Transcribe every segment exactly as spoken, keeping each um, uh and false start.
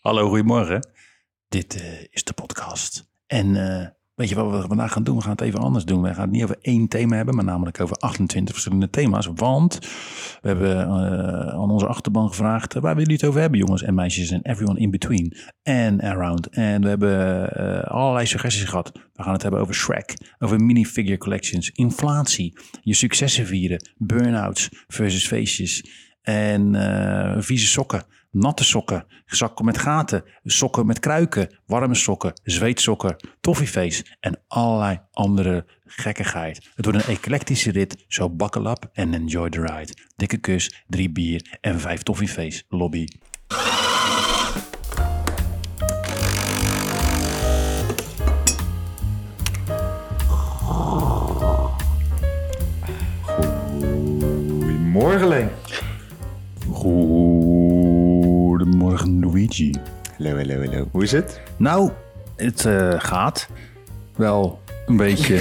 Hallo, goedemorgen. Dit uh, is de podcast. En uh, weet je wat we vandaag gaan doen? We gaan het even anders doen. We gaan het niet over één thema hebben, maar namelijk over achtentwintig verschillende thema's. Want we hebben uh, aan onze achterban gevraagd, waar willen jullie het over hebben, jongens en meisjes en everyone in between and around. En we hebben uh, allerlei suggesties gehad. We gaan het hebben over Shrek, over minifigure collections, inflatie, je successen vieren, burn-outs versus feestjes en uh, vieze sokken. Natte sokken, zakken met gaten, sokken met kruiken, warme sokken, zweetsokken, toffeeface en allerlei andere gekkigheid. Het wordt een eclectische rit, zo buckle up and enjoy the ride. Dikke kus, drie bier en vijf toffeeface lobby. Goedemorgen, Leen. Goedemorgen, Luigi. Hallo, hallo, hallo. Hoe is het? Nou, het uh, gaat wel een beetje.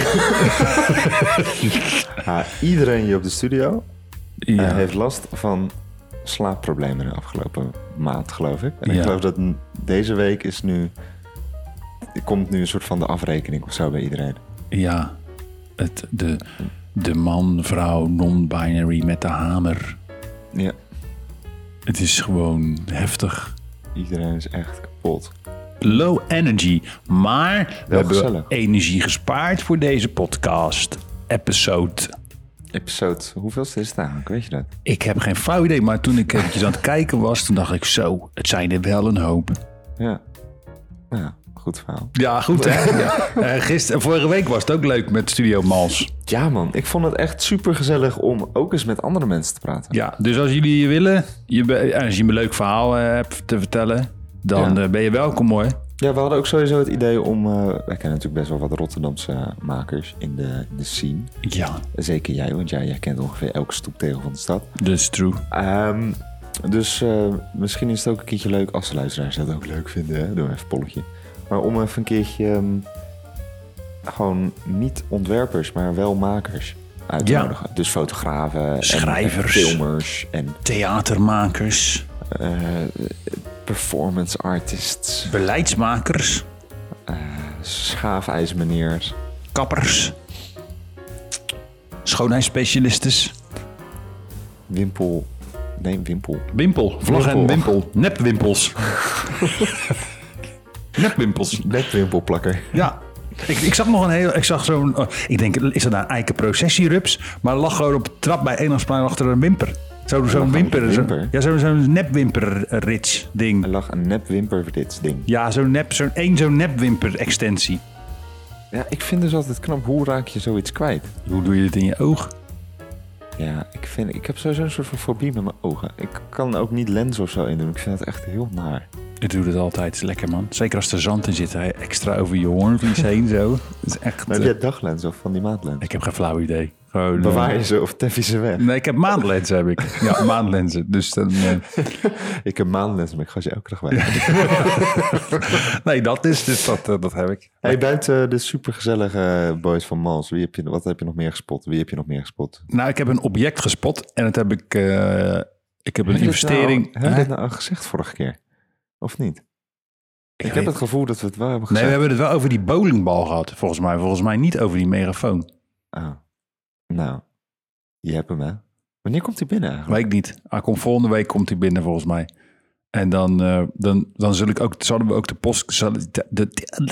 ja, iedereen hier op de studio ja. uh, heeft last van slaapproblemen de afgelopen maand, geloof ik. En ja. ik geloof dat deze week is nu... Er komt nu een soort van de afrekening of zo bij iedereen. Ja, het, de, de man, vrouw, non-binary met de hamer. Ja. Het is gewoon heftig. Iedereen is echt kapot. Low energy. Maar we Wel hebben gezellig. energie gespaard voor deze podcast. Episode. Episode, hoeveelste is het eigenlijk? Weet je dat? Ik heb geen flauw idee, maar toen ik eventjes aan het kijken was, toen dacht ik zo, het zijn er wel een hoop. Ja. Ja, goed verhaal. Ja, goed hè? Ja. Uh, gisteren, vorige week was het ook leuk met Studio Mals. Ja man, ik vond het echt super gezellig om ook eens met andere mensen te praten. Ja, dus als jullie willen, je, als je een leuk verhaal uh, hebt te vertellen, dan ja. uh, ben je welkom hoor. Ja, we hadden ook sowieso het idee om... Uh, wij kennen natuurlijk best wel wat Rotterdamse uh, makers in de, in de scene. Ja. Zeker jij, want jij, jij kent ongeveer elke stoeptegel van de stad. That's true. Um, dus uh, misschien is het ook een keertje leuk, als de luisteraars dat ook leuk vinden. Hè? Doe even een polletje. Maar om even een keertje... Um, gewoon niet ontwerpers, maar wel makers uit te ja. nodigen. Dus fotografen, schrijvers, en, en filmers en theatermakers, uh, performance artists, beleidsmakers, uh, schaafijsmeneers, kappers, schoonheidsspecialistes, wimpel, nee wimpel, wimpel, vlag wimpel. en wimpel, nepwimpels, nepwimpels, nepwimpelplakker. Ja. Ik, ik zag nog een heel, ik zag zo'n, oh, ik denk, is dat nou een eikenprocessierups? Maar lag gewoon op de trap bij Eenlandsplein achter een wimper. Zo, zo'n wimper, wimper. Zo, ja, zo'n zo'n nepwimper-rits ding. Er lag een nepwimper-rits ding. Ja, zo'n nep, zo'n één zo'n nepwimper-extensie. Ja, ik vind dus altijd knap, hoe raak je zoiets kwijt? Hoe doe je dit in je oog? Ja, ik, vind, ik heb sowieso een soort van fobie met mijn ogen. Ik kan ook niet lens of zo in doen. Ik vind het echt heel naar. Ik doe het altijd. Lekker man. Zeker als er zand in zit. Hij extra over je hoornvlies heen zo. Dat is echt... Maar heb jij daglens of van die maandlens? Ik heb geen flauw idee. Gewoon, bewaar je ze of tef je ze weg? Nee, ik heb maandlenzen heb ik. Ja, maandlenzen. Dus dan... Uh... ik heb maandlenzen, maar ik ga ze elke dag weg. nee, dat is dus dat, uh, dat heb ik. Hey, buiten de supergezellige boys van Mals, wie heb je, wat heb je nog meer gespot? Wie heb je nog meer gespot? Nou, ik heb een object gespot en dat heb ik... Uh, ik heb een heb investering... Nou, heb je dit nou al gezegd vorige keer? Of niet? Ik, ik heb het gevoel dat we het wel hebben gezegd. Nee, we hebben het wel over die bowlingbal gehad, volgens mij. Volgens mij niet over die megafoon. Oh. Nou, je hebt hem, hè? Wanneer komt hij binnen eigenlijk? Weet ik niet. Hij komt volgende week komt hij binnen, volgens mij. En dan, uh, dan, dan zul ik ook, zullen we ook de post... Zullen, de, de,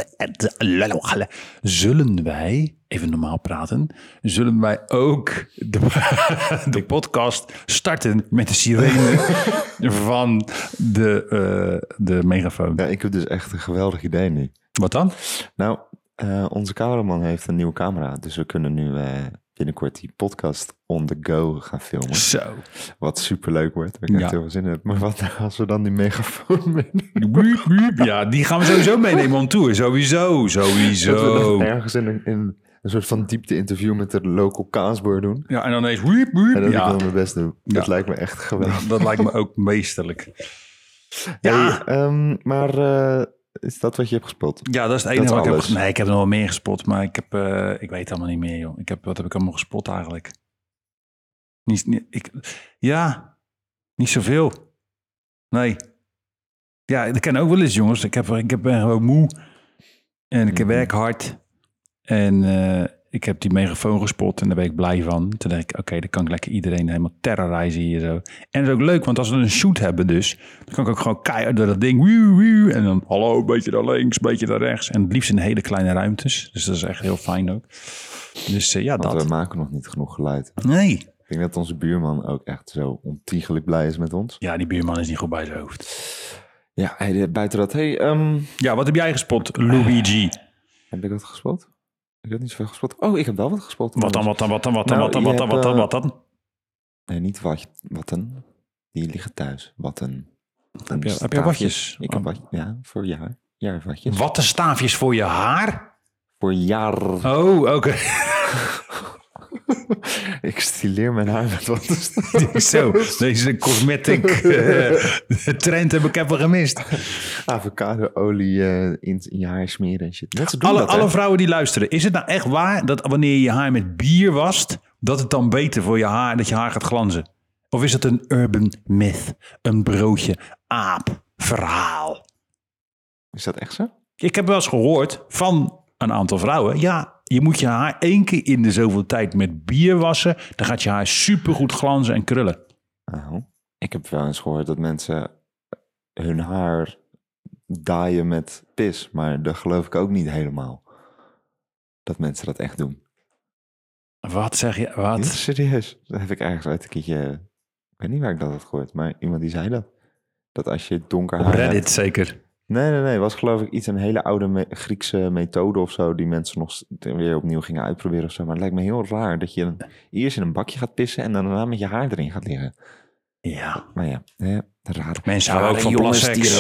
de, zullen wij, even normaal praten... Zullen wij ook de, de podcast starten met de sirene van de, uh, de megafoon? Ja, ik heb dus echt een geweldig idee nu. Wat dan? Nou, uh, onze cameraman heeft een nieuwe camera. Dus we kunnen nu... Uh, binnenkort die podcast on the go gaan filmen. Zo. Wat superleuk wordt. Waar ik echt ja. heel veel zin in heb. Maar wat nou als we dan die megafoon meenemen? Ja, die gaan we sowieso meenemen on tour. Sowieso, sowieso. Dat we dan ergens in een, in een soort van diepte interview met de local kaasboer doen. Ja, en dan eens... Wiep, wiep. En dat ja. ik dan mijn best doe. Ja. Dat lijkt me echt geweldig. Dat, dat lijkt me ook meesterlijk. Ja. Hey, um, maar... Uh, is dat wat je hebt gespot? Ja, dat is het enige wat ik heb... Nee, ik heb er nog wel meer gespot, maar ik heb... Uh, ik weet allemaal niet meer, joh. Ik heb, wat heb ik allemaal gespot eigenlijk? Niet, niet, ik, ja, niet zoveel. Nee. Ja, dat kan ook wel eens, jongens. Ik, heb, ik heb, ben gewoon moe. En ik werk hard. En uh, ik heb die megafoon gespot en daar ben ik blij van. Toen dacht ik, oké, okay, dan kan ik lekker iedereen helemaal terrorizen hier zo. En dat is ook leuk, want als we een shoot hebben dus... dan kan ik ook gewoon keihard door dat ding... Wieuw, wieuw, en dan hallo, een beetje naar links, een beetje naar rechts. En het liefst in hele kleine ruimtes. Dus dat is echt heel fijn ook. Dus uh, ja, want dat. we maken nog niet genoeg geluid. Nee. Ik denk dat onze buurman ook echt zo ontiegelijk blij is met ons. Ja, die buurman is niet goed bij zijn hoofd. Ja, hey, buiten dat... Hey, um... Ja, wat heb jij gespot, Luigi? Heb ik dat gespot? Ik heb niet zoveel gespot. Oh, ik heb wel wat gespot. Wat dan, wat dan, wat dan, wat dan, nou, wat dan, wat dan, wat dan, wat dan? Nee, niet wat, wat dan. Die liggen thuis. Wat een... Heb je, heb je watjes? Ik heb watjes, ja, voor jaar. Jaarwatjes. Wat een staafjes voor je haar? Voor jaar. Oh, oké. Okay. Ik stileer mijn haar met wat te Zo, deze cosmetic uh, trend heb ik even gemist. Avocado-olie uh, in, in je haar smeren en shit. Mensen doen alle dat, alle hè? vrouwen die luisteren, is het nou echt waar dat wanneer je je haar met bier wast, dat het dan beter voor je haar, dat je haar gaat glanzen? Of is het een urban myth, een broodje, aap, verhaal? Is dat echt zo? Ik heb wel eens gehoord van een aantal vrouwen, ja, je moet je haar één keer in de zoveel tijd met bier wassen. Dan gaat je haar supergoed glanzen en krullen. Oh. Ik heb wel eens gehoord dat mensen hun haar daaien met pis. Maar dat geloof ik ook niet helemaal. Dat mensen dat echt doen. Wat zeg je? Wat? Ja, serieus. Dat heb ik ergens uit een keertje... Ik weet niet waar ik dat had gehoord. Maar iemand die zei dat. Dat als je donker haar Op Reddit hebt, zeker. Nee, nee, nee. Was geloof ik iets een hele oude me- Griekse methode of zo... die mensen nog weer opnieuw gingen uitproberen of zo. Maar het lijkt me heel raar dat je een, eerst in een bakje gaat pissen... en dan daarna met je haar erin gaat liggen. Ja. Maar ja, hè, raar. Mensen houden ook van plasseks.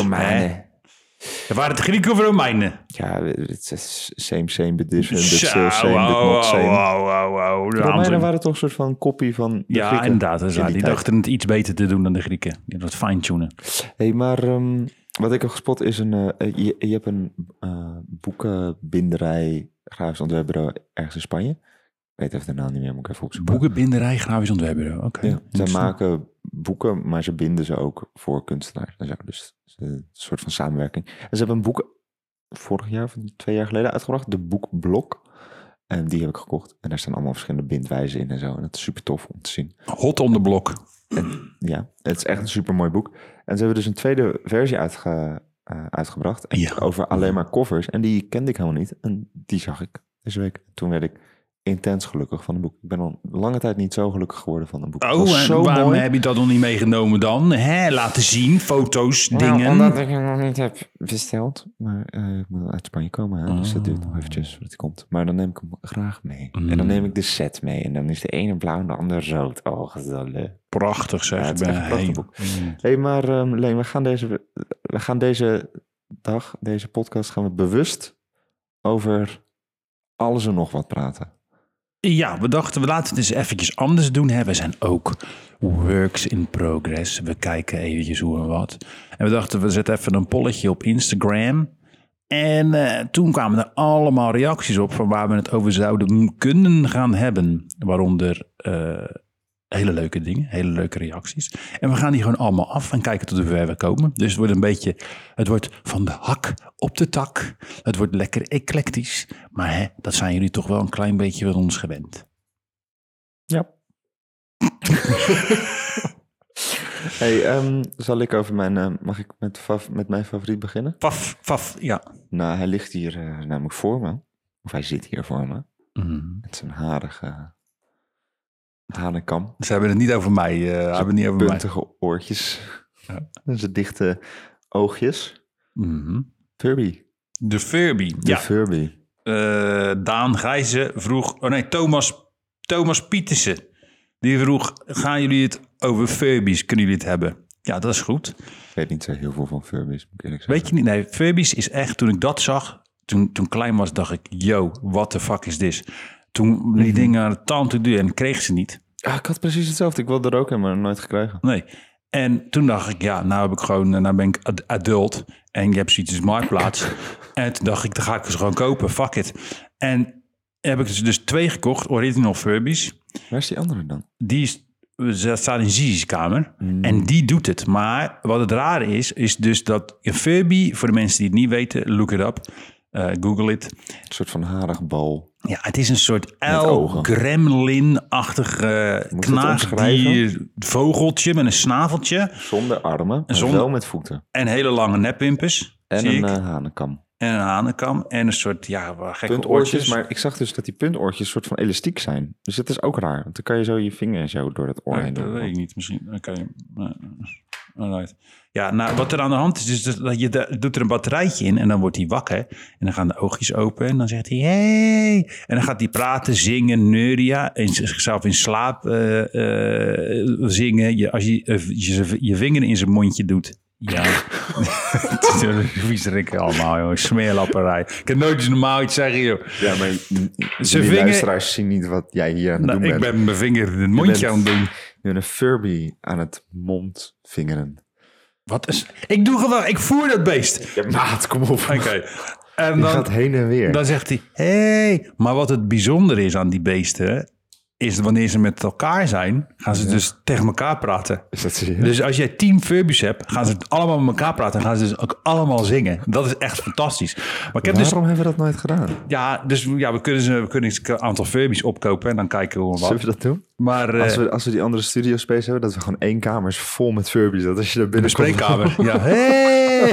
Er waren het Grieken of Romeinen? Ja, het is same, same, but different, but Zo, still same, but wow, not same. wow, wow, wow. De Romeinen waren toch een soort van kopie van de Ja, Grieken. inderdaad. Dat is waar. die Die tijd. dachten het iets beter te doen dan de Grieken. Die dat fine-tunen. Hey, maar um, wat ik heb gespot is een... Uh, je, je hebt een uh, boekenbinderij, grafisch ontwerpbureau ergens in Spanje. Ik weet even de naam niet meer, moet ik even opzoeken. Boekenbinderij, grafisch ontwerpbureau. Oké. Okay. Ja, zij maken boeken, maar ze binden ze ook voor kunstenaars. En zo. Dus een soort van samenwerking. En ze hebben een boek vorig jaar of twee jaar geleden uitgebracht. De boekblok. En die heb ik gekocht. En daar staan allemaal verschillende bindwijzen in en zo. En dat is super tof om te zien. Hot on the block. En, ja, het is echt een super mooi boek. En ze hebben dus een tweede versie uitge, uh, uitgebracht. En Ja. Over alleen maar covers. En die kende ik helemaal niet. En die zag ik deze week. Toen werd ik intens gelukkig van een boek. Ik ben al lange tijd niet zo gelukkig geworden van een boek. Oh, en zo waarom mooi. heb je dat nog niet meegenomen dan? Hè? Laten zien, foto's, Nou, dingen. omdat ik hem nog niet heb besteld. Maar uh, ik moet uit Spanje komen. Hè? Dus dat duurt nog eventjes voordat hij komt. Maar dan neem ik hem graag mee. Mm. En dan neem ik de set mee. En dan is de ene blauw en de andere rood. Oh, gezellig. Prachtig zeg. Ja, het ik is ben echt een prachtig hey. boek. Mm. Hé, hey, maar um, Leen, we gaan, deze, we gaan deze dag, deze podcast, gaan we bewust over alles en nog wat praten. Ja, we dachten, we laten het eens eventjes anders doen. Hè. We zijn ook works in progress. We kijken eventjes hoe en wat. En we dachten, we zetten even een polletje op Instagram. En uh, toen kwamen er allemaal reacties op van waar we het over zouden kunnen gaan hebben. Waaronder uh, hele leuke dingen, hele leuke reacties. En we gaan die gewoon allemaal af en kijken tot hoe ver we komen. Dus het wordt een beetje, het wordt van de hak op de tak. Het wordt lekker eclectisch. Maar hè, dat zijn jullie toch wel een klein beetje van ons gewend. Ja. Hey, um, zal ik over mijn, uh, mag ik met, fav- met mijn favoriet beginnen? Faf, faf, ja. Nou, hij ligt hier uh, namelijk voor me. Of hij zit hier voor me. Mm. Met zijn harige hanenkam. Ze hebben het niet over mij. Uh, Zijn hebben het niet over mij. puntige oortjes. Ja. En zijn dichte oogjes. Mm. Furby. De Furby. De Ja. Furby. Uh, Daan Gijzen vroeg... Oh nee, Thomas, Thomas Pietersen. Die vroeg, gaan jullie het over Furbies? Kunnen jullie het hebben? Ja, dat is goed. Ik weet niet zo heel veel van Furbies, moet ik eerlijk zeggen. Weet je niet? Nee, Furbies is echt... Toen ik dat zag, toen, toen klein was, dacht ik... Yo, what the fuck is this? Toen die dingen aan de tand te doen en kreeg ze niet. Ah, ik had precies hetzelfde. Ik wilde er ook in, maar nooit gekregen. Nee. En toen dacht ik, ja, nou heb ik gewoon, nou ben ik ad- adult en je hebt zoiets als Marktplaats. En toen dacht ik, dan ga ik ze gewoon kopen, fuck it. En heb ik dus, dus twee gekocht, original Furbies. Waar is die andere dan? Die is ze staat in Zizi's kamer. Mm. En die doet het. Maar wat het rare is, is dus dat een Furby, voor de mensen die het niet weten, look it up. Uh, Google it. Een soort van harig bal. Ja, het is een soort ogen. Gremlin-achtig uh, Moet je het knaagdier vogeltje met een snaveltje. Zonder armen, maar Zonder- wel met voeten. En hele lange nepwimpers. En zie een ik. uh, hanenkam. En een hanenkam. En een soort, ja, wat gekke Puntoortjes, oortjes. maar ik zag dus dat die puntoortjes een soort van elastiek zijn. Dus dat is ook raar. Want dan kan je zo je vinger zo door het oor Nee, heen dat doen. weet ik niet. Misschien. Oké. Okay. Alright. Ja, nou, wat er aan de hand is, is dat je de, doet er een batterijtje in en dan wordt hij wakker. En dan gaan de oogjes open en dan zegt hij, hey. En dan gaat hij praten, zingen, neuria, in zichzelf in slaap uh, uh, zingen. Je, als je, uh, je je vinger in zijn mondje doet. Ja, viezerik allemaal, joh. Smeerlapperij. Ik kan nooit eens normaal iets zeggen, joh. Ja, maar die vinger- luisteraars zien niet wat jij hier aan het Nou, doen ik bent. ben mijn vinger in het mondje bent- aan het doen. Je bent een Furby aan het mondvingeren. Wat is... Ik doe gewoon, ik voer dat beest. Ja, maat, kom op. Oké. En Je dan, gaat heen en weer. dan zegt hij, hey. Maar wat het bijzondere is aan die beesten, is wanneer ze met elkaar zijn, gaan ze Ja. dus tegen elkaar praten. Is dat serieus? Dus als jij tien Furbies hebt, gaan ze allemaal met elkaar praten en gaan ze dus ook allemaal zingen. Dat is echt fantastisch. Maar ik heb dus, Waarom hebben we dat nooit gedaan? ja, dus ja, we kunnen, ze, we kunnen eens een aantal Furbies opkopen en dan kijken hoe en Zullen wat. we dat doen? Maar Als eh, we, als we die andere studio space hebben, dat we gewoon één kamer is vol met Furbies. Dat als je daar de binnen spreekkamer. Ja, hey.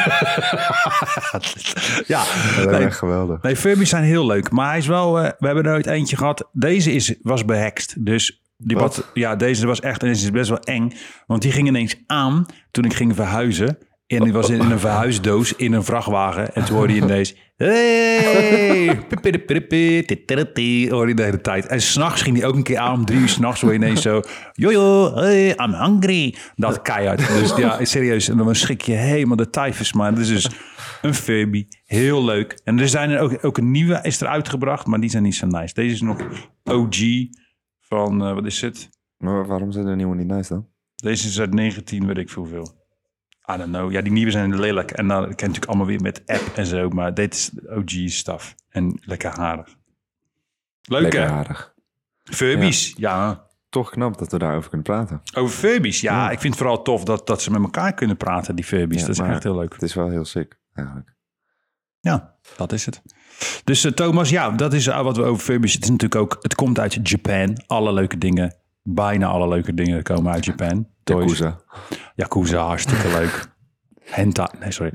Ja, Dat nee, is echt geweldig. nee, Furbies zijn heel leuk. Maar hij is wel, uh, we hebben er ooit eentje gehad. Deze is, was behext. Dus die Wat? wat, ja, deze was echt, en deze is best wel eng. Want die ging ineens aan toen ik ging verhuizen. En die was in een verhuisdoos in een vrachtwagen. En toen hoorde je ineens, hey, hoorde je de hele tijd. En s'nachts ging die ook een keer aan, om drie uur s'nachts hoor je ineens zo, jojo, hey, I'm hungry. Dat keihard. Dus ja, serieus. En dan schrik je helemaal de tyfus. Maar dit is dus een Furby. Heel leuk. En er zijn er ook, ook een nieuwe is er uitgebracht, maar die zijn niet zo nice. Deze is nog O G van, uh, wat is het? Maar waarom zijn de nieuwe niet nice dan? Deze is uit negentien, weet ik veel veel. I don't know. Ja, die nieuwe zijn lelijk. En dan ken je natuurlijk allemaal weer met app en zo. Maar dit is O G stuff. En lekker harig. Leuk Lekker hè? aardig. Furbies, ja. Toch knap dat we daarover kunnen praten. Over Furbies, ja. Ja. Ik vind het vooral tof dat, dat ze met elkaar kunnen praten, die Furbies. Ja, dat is maar echt heel leuk. Het is wel heel sick, eigenlijk. Ja, dat is het. Dus uh, Thomas, ja, dat is uh, wat we over Furbies. Het is natuurlijk ook, het komt uit Japan. Alle leuke dingen, bijna alle leuke dingen komen uit Japan. Toys. Yakuza. Yakuza, hartstikke leuk. Hentai, nee, sorry.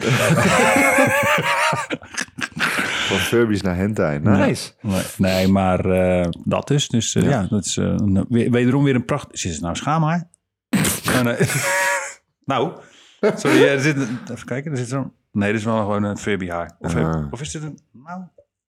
Van Furbies naar hentai. Nice. Nee, nee maar uh, dat dus. Dus uh, ja. ja, dat is uh, een, wederom weer een pracht. Is het nou schaam haar? oh, nee. nou, sorry, er zit een, even kijken, er zit zo'n... Nee, dit is wel gewoon een Furby haar. Of, Uh. of is dit een... Nou...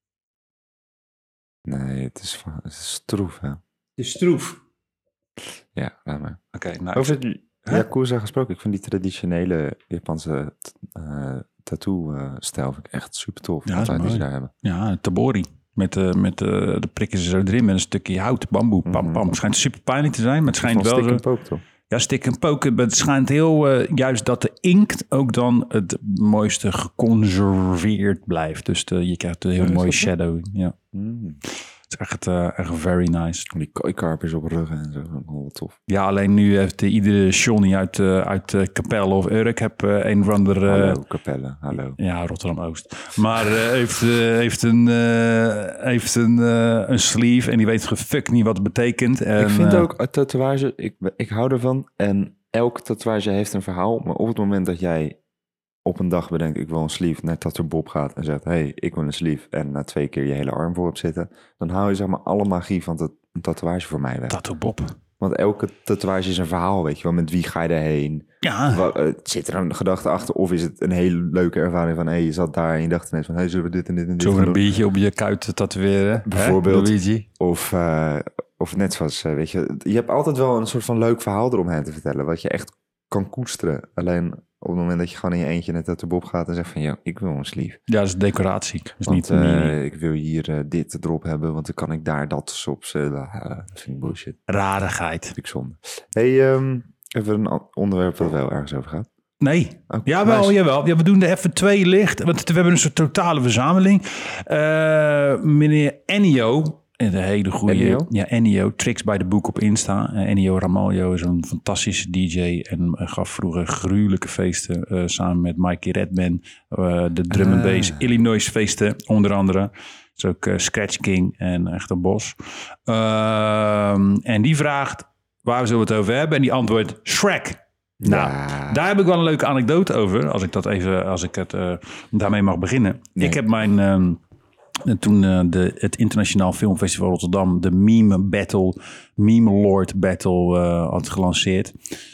Nee, het is, van, het is stroef, hè. De stroef. Ja, laat maar. Oké, okay, nou... Over het Yakuza gesproken. Ik vind die traditionele Japanse uh, tattoo-stijl vind ik echt super tof. Ja, wat dat is die ze mooi. daar hebben. Ja, tabori. Met, uh, met uh, de prikken ze zo erin met een stukje hout, bamboe, pam, pam. Mm-hmm. Het schijnt super pijnlijk te zijn, maar het schijnt Van wel stick zo... en poke, toch? Ja, stick en poken. Het schijnt heel uh, juist dat de inkt ook dan het mooiste geconserveerd blijft. Dus de, je krijgt een heel Ja, mooie is dat shadow. Ja. Mm. Het is echt, uh, echt very nice. Die kooikarpers op ruggen en zo. Dat is wel tof. Ja, alleen nu heeft uh, iedere Johnny uit, uh, uit uh, Capelle of Urk heb uh, een of andere... Uh, hallo, Capelle, hallo. Ja, Rotterdam-Oost. Maar uh, heeft, uh, heeft een, uh, heeft een, uh, een sleeve en die weet gefuck niet wat het betekent. En, ik vind uh, ook een tatoeage, ik, ik hou ervan. En elk tatoeage heeft een verhaal. Maar op het moment dat jij op een dag bedenkt, ik wil een sleeve, net dat er Bob gaat en zegt, hey, ik wil een sleeve. En na twee keer je hele arm voorop zitten. Dan haal je zeg maar alle magie van dat, een tatoeage voor mij weg. Tattoo Bob. Want elke tatoeage is een verhaal, weet je wel. Met wie ga je erheen? Ja. Wat, uh, zit er een gedachte achter? Of is het een hele leuke ervaring van... hé, hey, je zat daar en je dacht ineens van... hé, hey, zullen we dit en dit en dit Zullen we gaan een doen? biertje op je kuit tatoeëren? Bijvoorbeeld. Hè, Luigi? Of, uh, of net zoals, uh, weet je... Je hebt altijd wel een soort van leuk verhaal eromheen te vertellen... wat je echt kan koesteren. Alleen op het moment dat je gewoon in je eentje net uit de bob gaat... en zegt van, ja, ik wil een sleeve. Ja, dat is decoratie. Dus want, niet uh, uh, ik wil hier uh, dit erop hebben... want dan kan ik daar dat op zetten. Uh, dat vind ik bullshit. Rarigheid. Dat vind ik zonde. Hey, um, even een onderwerp dat wel ergens over gaat. Nee. Oh, jawel, nice. jawel. Ja, we doen er even twee licht. Want we hebben een soort totale verzameling. Uh, meneer Ennio Een hele goede... Ennio? Ja, Ennio. Tricks by the Book op Insta. Uh, Ennio Ramalho is een fantastische D J. En uh, gaf vroeger gruwelijke feesten. Uh, samen met Mikey Redman. Uh, de drum and bass Ah. Illinois feesten, onder andere. Is ook uh, Scratch King en echt een bos. Uh, en die vraagt, waar zullen we het over hebben? En die antwoordt, Shrek. Nou, Ja. daar heb ik wel een leuke anekdote over. Als ik dat even, als ik het uh, daarmee mag beginnen. Nee. Ik heb mijn... Uh, toen uh, de, het Internationaal Filmfestival Rotterdam de Meme Battle, Meme Lord Battle uh, had gelanceerd.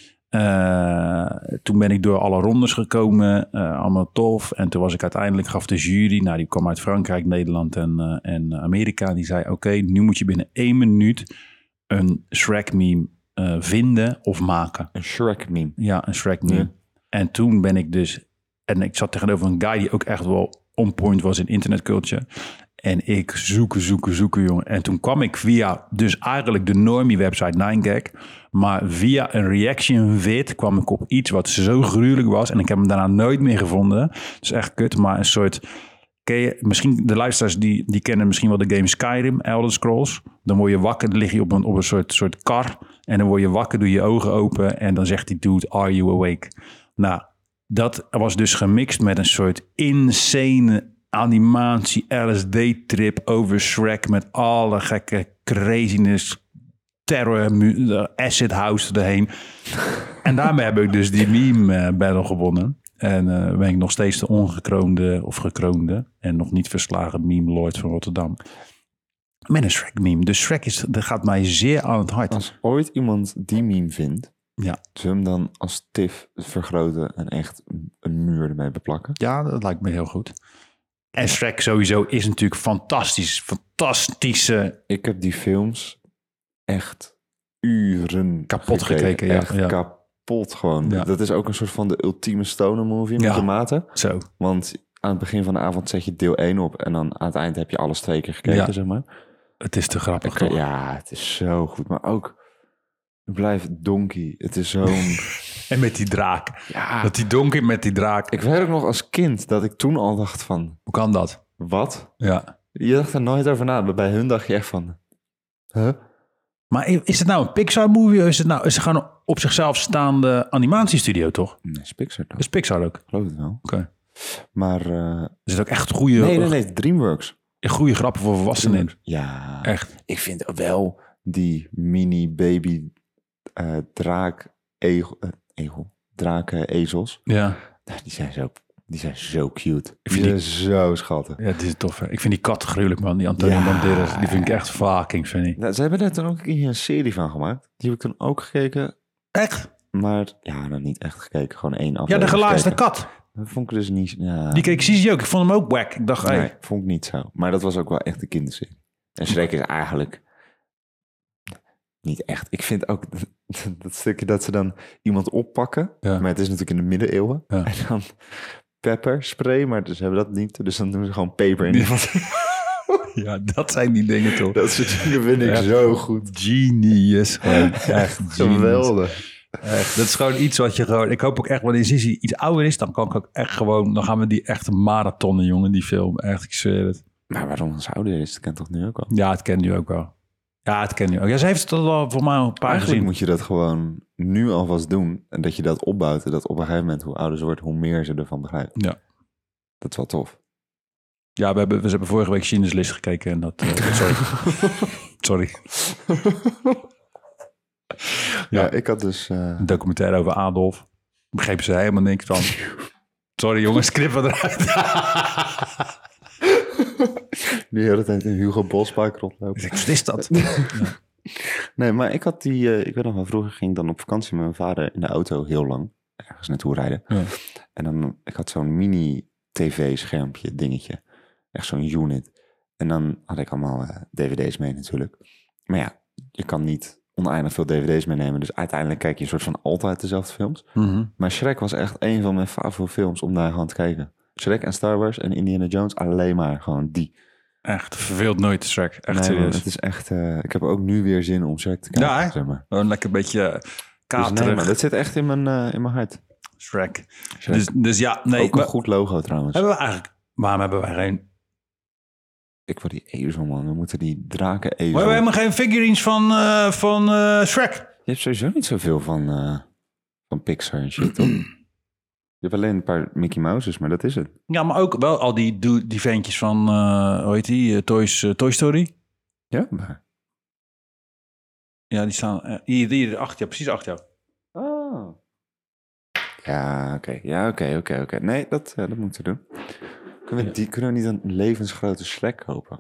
Uh, toen ben ik door alle rondes gekomen, uh, allemaal tof. En toen was ik uiteindelijk, gaf de jury, nou die kwam uit Frankrijk, Nederland en, uh, en Amerika. Die zei, oké, okay, nu moet je binnen één minuut een Shrek meme uh, vinden of maken. Een Shrek meme. Ja, een Shrek meme. Ja. En toen ben ik dus, en ik zat tegenover een guy die ook echt wel on point was in internetculture. En ik zoeken, zoeken, zoeken, jongen. En toen kwam ik via dus eigenlijk de normie website nine gag. Maar via een reaction vid kwam ik op iets wat zo gruwelijk was. En ik heb hem daarna nooit meer gevonden. Het is echt kut, maar een soort... Ken je, misschien de luisteraars die, die kennen misschien wel de game Skyrim, Elder Scrolls. Dan word je wakker, dan lig je op een, op een soort, soort kar. En dan word je wakker, doe je ogen open. En dan zegt die dude, are you awake? Nou, dat was dus gemixt met een soort insane animatie, L S D-trip over Shrek met alle gekke craziness, terror, acid house erheen. En daarmee heb ik dus die meme battle gewonnen. En uh, ben ik nog steeds de ongekroonde of gekroonde en nog niet verslagen meme lord van Rotterdam. Met een Shrek meme. Dus Shrek is, dat gaat mij zeer aan het hart. Als ooit iemand die meme vindt, Ja. zullen we hem dan als tif vergroten en echt een muur ermee beplakken? Ja, dat lijkt me heel goed. En Shrek sowieso is natuurlijk fantastisch. Fantastische... Ik heb die films echt uren Kapot gekeken, ja, Echt ja. kapot gewoon. Ja. Dat is ook een soort van de ultieme stoner movie met Ja. de maten. Zo. Want aan het begin van de avond zet je deel één op en dan aan het eind heb je alles twee keer gekeken, Ja. zeg maar. Het is te grappig, Ik- toch? ja, het is zo goed. Maar ook, het blijft donkey. Het is zo'n... En met die draak. ja, Dat die donker met die draak. ik weet ook nog als kind dat ik toen al dacht van, Hoe kan dat? wat? Ja. Je dacht er nooit over na. Maar bij hun dacht je echt van, huh? Maar is het nou een Pixar-movie of is het nou is het gewoon een op zichzelf staande animatiestudio, toch? Nee, is Pixar Dat toch? is Pixar ook. Oké. Geloof het wel. Maar, eh, Er zit ook echt goede, nee, nee, nee, DreamWorks. goede grappen voor volwassenen in. Ja, Echt. ik vind wel die mini baby eh, draak egel, eh, egel draken ezels. Ja. Nou, die zijn zo, die zijn zo cute. Ik Die vind zijn zo schattig. Ja, dit is tof. Hè? Ik vind die kat gruwelijk, man. Die Antonio Ja. Banderas. Die vind ik echt fucking funny. Nou, ze hebben daar toen ook een keer een serie van gemaakt. Die heb ik toen ook gekeken. Echt? Maar ja, dan niet echt gekeken. Gewoon één Ja, aflevering. de gelaarsde gekeken. kat. Dat vond ik dus niet... Ja. Die keek Sisi ook. Ik vond hem ook wack. Ik dacht, hey, Nee, vond ik niet zo. Maar dat was ook wel echt een kinderserie. En Shrek is eigenlijk niet echt. Ik vind ook dat stukje dat ze dan iemand oppakken. Ja. Maar het is natuurlijk in de middeleeuwen. Ja. En dan pepperspray, maar dus hebben dat niet. Dus dan doen ze gewoon peper in. iemand. ja, dat zijn die dingen toch. Dat soort dingen vind ik Ja. zo goed. Genius. Gewoon. Echt genius. Geweldig. Echt. Dat is gewoon iets wat je gewoon... Ik hoop ook echt, wanneer Sisi iets ouder is, dan kan ik ook echt gewoon... Dan gaan we die echt marathonnen, jongen, die film. Echt, ik zweer het. Maar waarom ze ouder is, dat kent toch nu ook al? Ja, het ken je ook wel. Ja, het ken je ook. Ja, ze heeft het al voor mij al een paar Eigenlijk gezien. moet je dat gewoon nu alvast doen. En dat je dat opbouwt. En dat op een gegeven moment, hoe ouder ze wordt, hoe meer ze ervan begrijpt. Ja. Dat is wel tof. Ja, we hebben, we hebben vorige week Schindler's List gekeken en dat... eh, sorry. sorry. Ja, ik had dus... eh, Een documentaire over Adolf. Begrepen ze helemaal niks van. Sorry jongens, knippen eruit. de hele tijd een Hugo Bospark rondlopen. Ik Wat is dat? Nee, maar ik had die... eh, ik weet nog wel, vroeger ging ik dan op vakantie met mijn vader in de auto heel lang. Ergens naartoe rijden. Ja. En dan, ik had zo'n mini tv-schermpje dingetje. Echt zo'n unit. En dan had ik allemaal eh, dvd's mee natuurlijk. Maar ja, je kan niet oneindig veel dvd's meenemen. Dus uiteindelijk kijk je een soort van altijd dezelfde films. Mhm. Maar Shrek was echt een van mijn favoriete films om naar gewoon te kijken. Shrek en Star Wars en Indiana Jones, alleen maar gewoon die. Echt, verveelt nooit Shrek. Echt Nee, man, serieus. het is echt... eh, ik heb ook nu weer zin om Shrek te kijken, Ja, hè? zeg maar. Gewoon lekker een beetje Dus nee, katerig. man, dat zit echt in mijn, eh, in mijn hart. Shrek. Shrek. Dus, dus ja, nee. ook een maar- goed logo trouwens. Hebben we eigenlijk... Waarom hebben wij geen Ik word die ezel, man. We moeten die draken ezel. We hebben helemaal geen figurines van, uh, van uh, Shrek. Je hebt sowieso niet zoveel van, uh, van Pixar en shit, toch? Je hebt alleen een paar Mickey Mouse's, maar dat is het. Ja, maar ook wel al die, die ventjes van, uh, hoe heet die, uh, Toys, uh, Toy Story. Ja, maar... Ja, die staan uh, hier, hier achter jou, precies achter jou. Oh. Ja, oké. Okay. Ja, oké, okay, oké, okay, oké. Okay. Nee, dat, uh, dat moeten we doen. Kunnen we, ja. die, kunnen we niet een levensgrote Shrek kopen?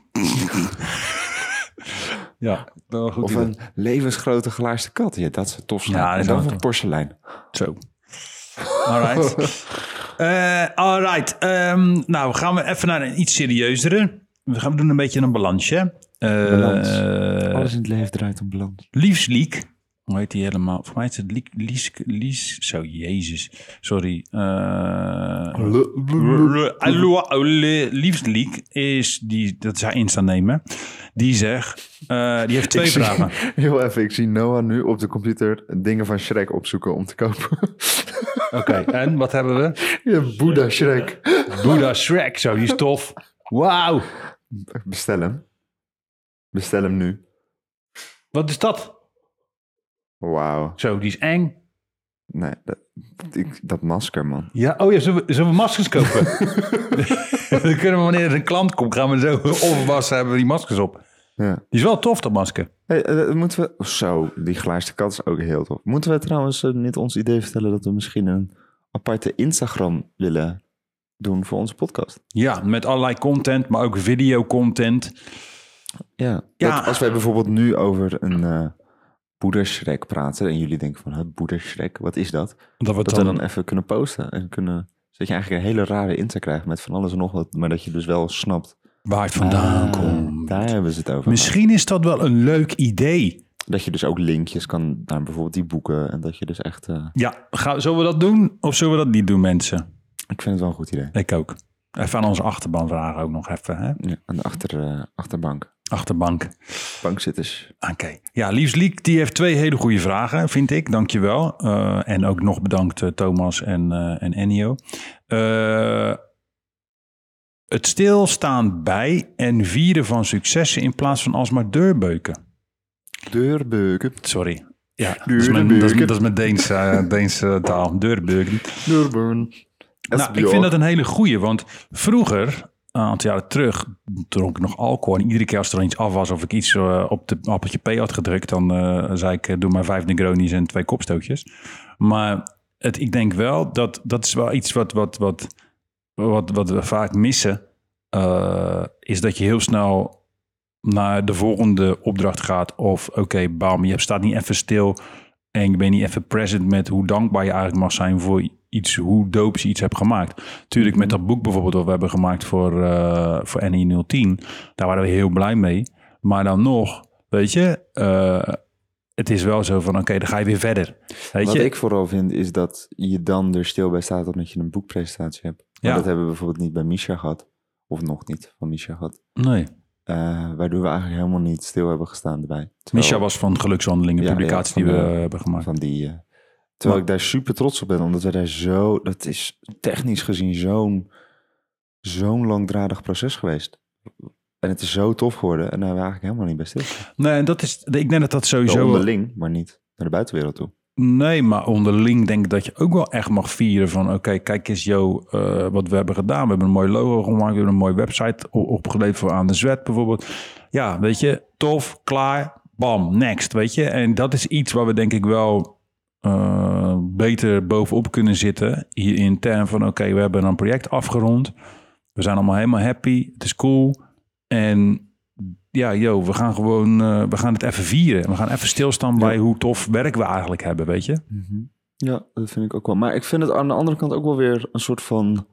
Ja, wel goed. Of idee. een levensgrote glaarste kat. Ja, dat is tof. Ja, en dan van porselein. Zo. Alright. uh, alright. Um, nou, gaan we even naar een iets serieuzere. We gaan doen een beetje een balansje. Uh, balans. Alles in het leven draait om balans. Liefsleek. Hoe heet die helemaal? Voor mij is het Lies... Lies, Lies zo, jezus. Sorry. Liefsleek is... Die, dat is haar Insta-nemen. Die zegt... Uh, die heeft twee ik vragen. Zie, heel even. Ik zie Noah nu op de computer dingen van Shrek opzoeken om te kopen. Oké. Okay, en wat hebben we? Ja, Boeddha Shrek. Boeddha Shrek. Zo, die is tof. Wauw. Bestel hem. Bestel hem nu. Wat is dat? Wauw. Zo, die is eng. Nee, dat, ik, dat masker, man. Ja, oh ja, zullen we, zullen we maskers kopen? Dan kunnen we, wanneer er een klant komt, gaan we zo overwassen, hebben we die maskers op. Ja. Die is wel tof, dat masker. Hey, uh, moeten we... Oh, zo, die glaarste kat is ook heel tof. Moeten we trouwens uh, niet ons idee vertellen dat we misschien een aparte Instagram willen doen voor onze podcast? Ja, met allerlei content, maar ook videocontent. Ja, ja. Dat, als wij bijvoorbeeld nu over een... Uh, Boeddha Shrek praten en jullie denken van, huh, Boeddha Shrek, wat is dat? Dat, we, dat dan... we dan even kunnen posten en kunnen, zodat je eigenlijk een hele rare insta krijgt met van alles en nog wat, maar dat je dus wel snapt waar het vandaan ah, komt. Daar hebben ze het over. Misschien is dat wel een leuk idee. Dat je dus ook linkjes kan naar bijvoorbeeld die boeken en dat je dus echt... Uh... Ja, gaan, zullen we dat doen of zullen we dat niet doen, mensen? Ik vind het wel een goed idee. Ik ook. Even aan onze achterban vragen ook nog even. Hè? Ja, aan de achter, uh, achterbank. Achterbank. Bankzitters. Oké. Okay. Ja, Liefsleek, die heeft twee hele goede vragen, vind ik. Dankjewel. Uh, en ook nog bedankt uh, Thomas en, uh, en Ennio. Uh, het stilstaan bij en vieren van successen in plaats van alsmaar deurbeuken. Deurbeuken. Sorry. Ja, dat is mijn, dat is, dat is mijn Deens, uh, Deens uh, taal. Deurbeuken. Deurbeuken. Nou, ik vind dat een hele goeie, want vroeger... Een aantal jaren terug dronk ik nog alcohol. En iedere keer als er iets af was of ik iets uh, op de appeltje P had gedrukt... dan uh, zei ik, doe maar vijf Negronis en twee kopstootjes. Maar het, ik denk wel dat dat is wel iets wat, wat, wat, wat, wat we vaak missen. Uh, is dat je heel snel naar de volgende opdracht gaat. Of oké, okay, bam, je staat niet even stil... en je bent niet even present met hoe dankbaar je eigenlijk mag zijn... voor iets, hoe dope je iets hebt gemaakt. Tuurlijk met dat boek bijvoorbeeld... wat we hebben gemaakt voor, uh, voor N I nul tien... daar waren we heel blij mee. Maar dan nog, weet je... Uh, het is wel zo van, oké, okay, dan ga je weer verder. Weet wat je? ik vooral vind, is dat je dan er stil bij staat... omdat je een boekpresentatie hebt. Maar ja. Dat hebben we bijvoorbeeld niet bij Misha gehad. Of nog niet van Misha gehad. Nee. Uh, waardoor we eigenlijk helemaal niet stil hebben gestaan erbij. Terwijl... Misha was van Gelukswandelingen, ja, publicatie ja, die we de, hebben gemaakt. Van die, uh, terwijl maar... ik daar super trots op ben, omdat we daar zo... Dat is technisch gezien zo'n, zo'n langdradig proces geweest. En het is zo tof geworden en daar hebben we eigenlijk helemaal niet bij stil. Nee, en dat is... Ik denk dat dat sowieso... Wel onderling, maar niet naar de buitenwereld toe. Nee, maar onderling denk ik dat je ook wel echt mag vieren van... oké, okay, kijk eens, Jo, uh, wat we hebben gedaan. We hebben een mooi logo gemaakt, we hebben een mooie website opgeleverd voor aan de Zwet bijvoorbeeld. Ja, weet je, tof, klaar, bam, next, weet je. En dat is iets waar we denk ik wel uh, beter bovenop kunnen zitten. Hier in termen van, oké, okay, we hebben een project afgerond. We zijn allemaal helemaal happy, het is cool. En... Ja, joh, we gaan gewoon, uh, we gaan het even vieren. We gaan even stilstaan bij ja. hoe tof werk we eigenlijk hebben, weet je? Mm-hmm. Ja, dat vind ik ook wel. Maar ik vind het aan de andere kant ook wel weer een soort van...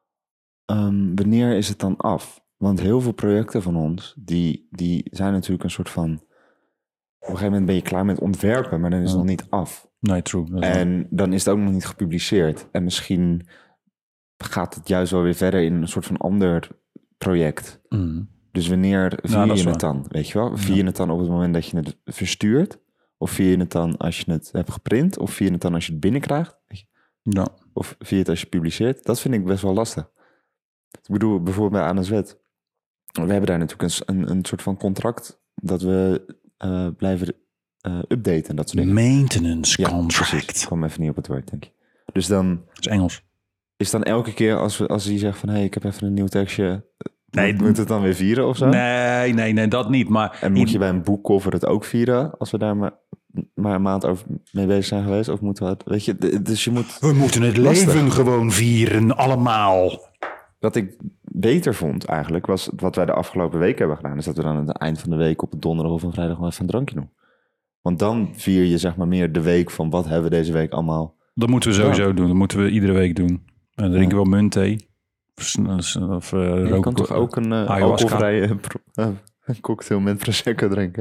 Um, wanneer is het dan af? Want heel veel projecten van ons, die, die zijn natuurlijk een soort van... Op een gegeven moment ben je klaar met ontwerpen, maar dan is het ja. nog niet af. Nee, true. En dan is het ook nog niet gepubliceerd. En misschien gaat het juist wel weer verder in een soort van ander project. Mm. Dus wanneer vier nou, je waar. het dan, weet je wel? Vier ja. je het dan op het moment dat je het verstuurt? Of vier je het dan als je het hebt geprint? Of vier je het dan als je het binnenkrijgt? Ja. Of vier je het als je publiceert? Dat vind ik best wel lastig. Ik bedoel, bijvoorbeeld bij A N S W we hebben daar natuurlijk een, een, een soort van contract dat we uh, blijven uh, updaten en dat soort dingen. Maintenance Ja, contract. precies. Ik kwam even niet op het woord, denk ik. Dus dan Dat is Engels. is dan elke keer als, we, als hij zegt van... hé, hey, ik heb even een nieuw tekstje... Nee, moet, moet het dan weer vieren of zo? Nee, nee, nee, dat niet. Maar En moet je bij een boekcover het ook vieren... als we daar maar, maar een maand over mee bezig zijn geweest? Of moeten we het... Weet je, dus je moet... we moeten het Lastig. leven gewoon vieren, allemaal. Wat ik beter vond eigenlijk... was wat wij de afgelopen week hebben gedaan... is dat we dan aan het eind van de week... op een donderdag of een vrijdag wel even een drankje doen. Want dan vier je zeg maar meer de week... van wat hebben we deze week allemaal... Dat moeten we sowieso Ja. doen. Dat moeten we iedere week doen. En dan drinken we wel muntthee. Of, of uh, Je roken. kan toch ook een uh, ayahuasca? alcoholvrije pro- uh, een cocktail met prosecco drinken?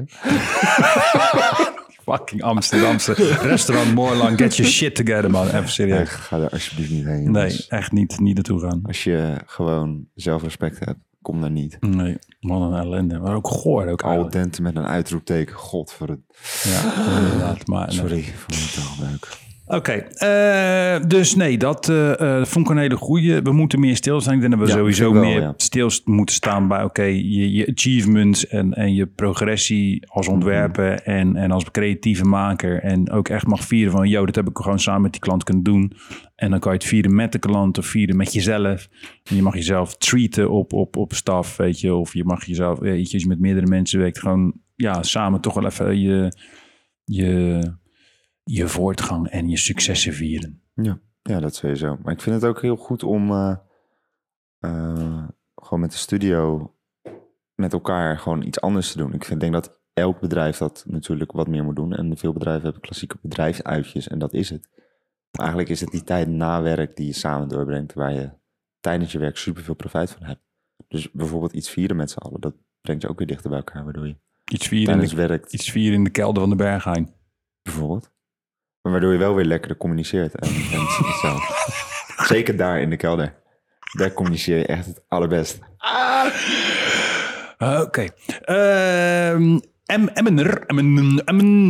Fucking Amsterdamse restaurant Moorland. Get your shit together, man. Even serieus. Echt, ga daar alsjeblieft niet heen. Nee, jongens. echt niet, niet naartoe gaan. Als je gewoon zelfrespect hebt, kom daar niet. Nee, wat een ellende. Maar ook goor ook Al eigenlijk. dente met een uitroepteken. God voor het... Ja, inderdaad. Maar, nee. Sorry voor mijn taalbreuk. Oké, okay, uh, dus nee, dat uh, uh, vond ik een hele goeie. We moeten meer stilstaan. Ik denk dat we Ja, sowieso wel, meer ja. stil moeten staan bij oké, okay, je, je achievements en, en je progressie als ontwerper Mm-hmm. en, en als creatieve maker. En ook echt mag vieren van, yo, dat heb ik gewoon samen met die klant kunnen doen. En dan kan je het vieren met de klant of vieren met jezelf. En je mag jezelf treaten op, op, op staf, weet je. Of je mag jezelf, weet je, als je met meerdere mensen werkt, gewoon ja, samen toch wel even je... je je voortgang en je successen vieren. Ja, ja, dat sowieso. Maar ik vind het ook heel goed om uh, uh, gewoon met de studio met elkaar gewoon iets anders te doen. Ik vind, denk dat elk bedrijf dat natuurlijk wat meer moet doen. En veel bedrijven hebben klassieke bedrijfsuitjes en dat is het. Maar eigenlijk is het die tijd na werk die je samen doorbrengt, waar je tijdens je werk superveel profijt van hebt. Dus bijvoorbeeld iets vieren met z'n allen, dat brengt je ook weer dichter bij elkaar, waardoor je iets vieren, tijdens in de, werk... iets vieren in de kelder van de Berghain. Bijvoorbeeld. Maar waardoor je wel weer lekker communiceert. En, en zo. Zeker daar in de kelder. Daar communiceer je echt het allerbest. Ah. Oké. Okay. Uh, Emmener, Emmen,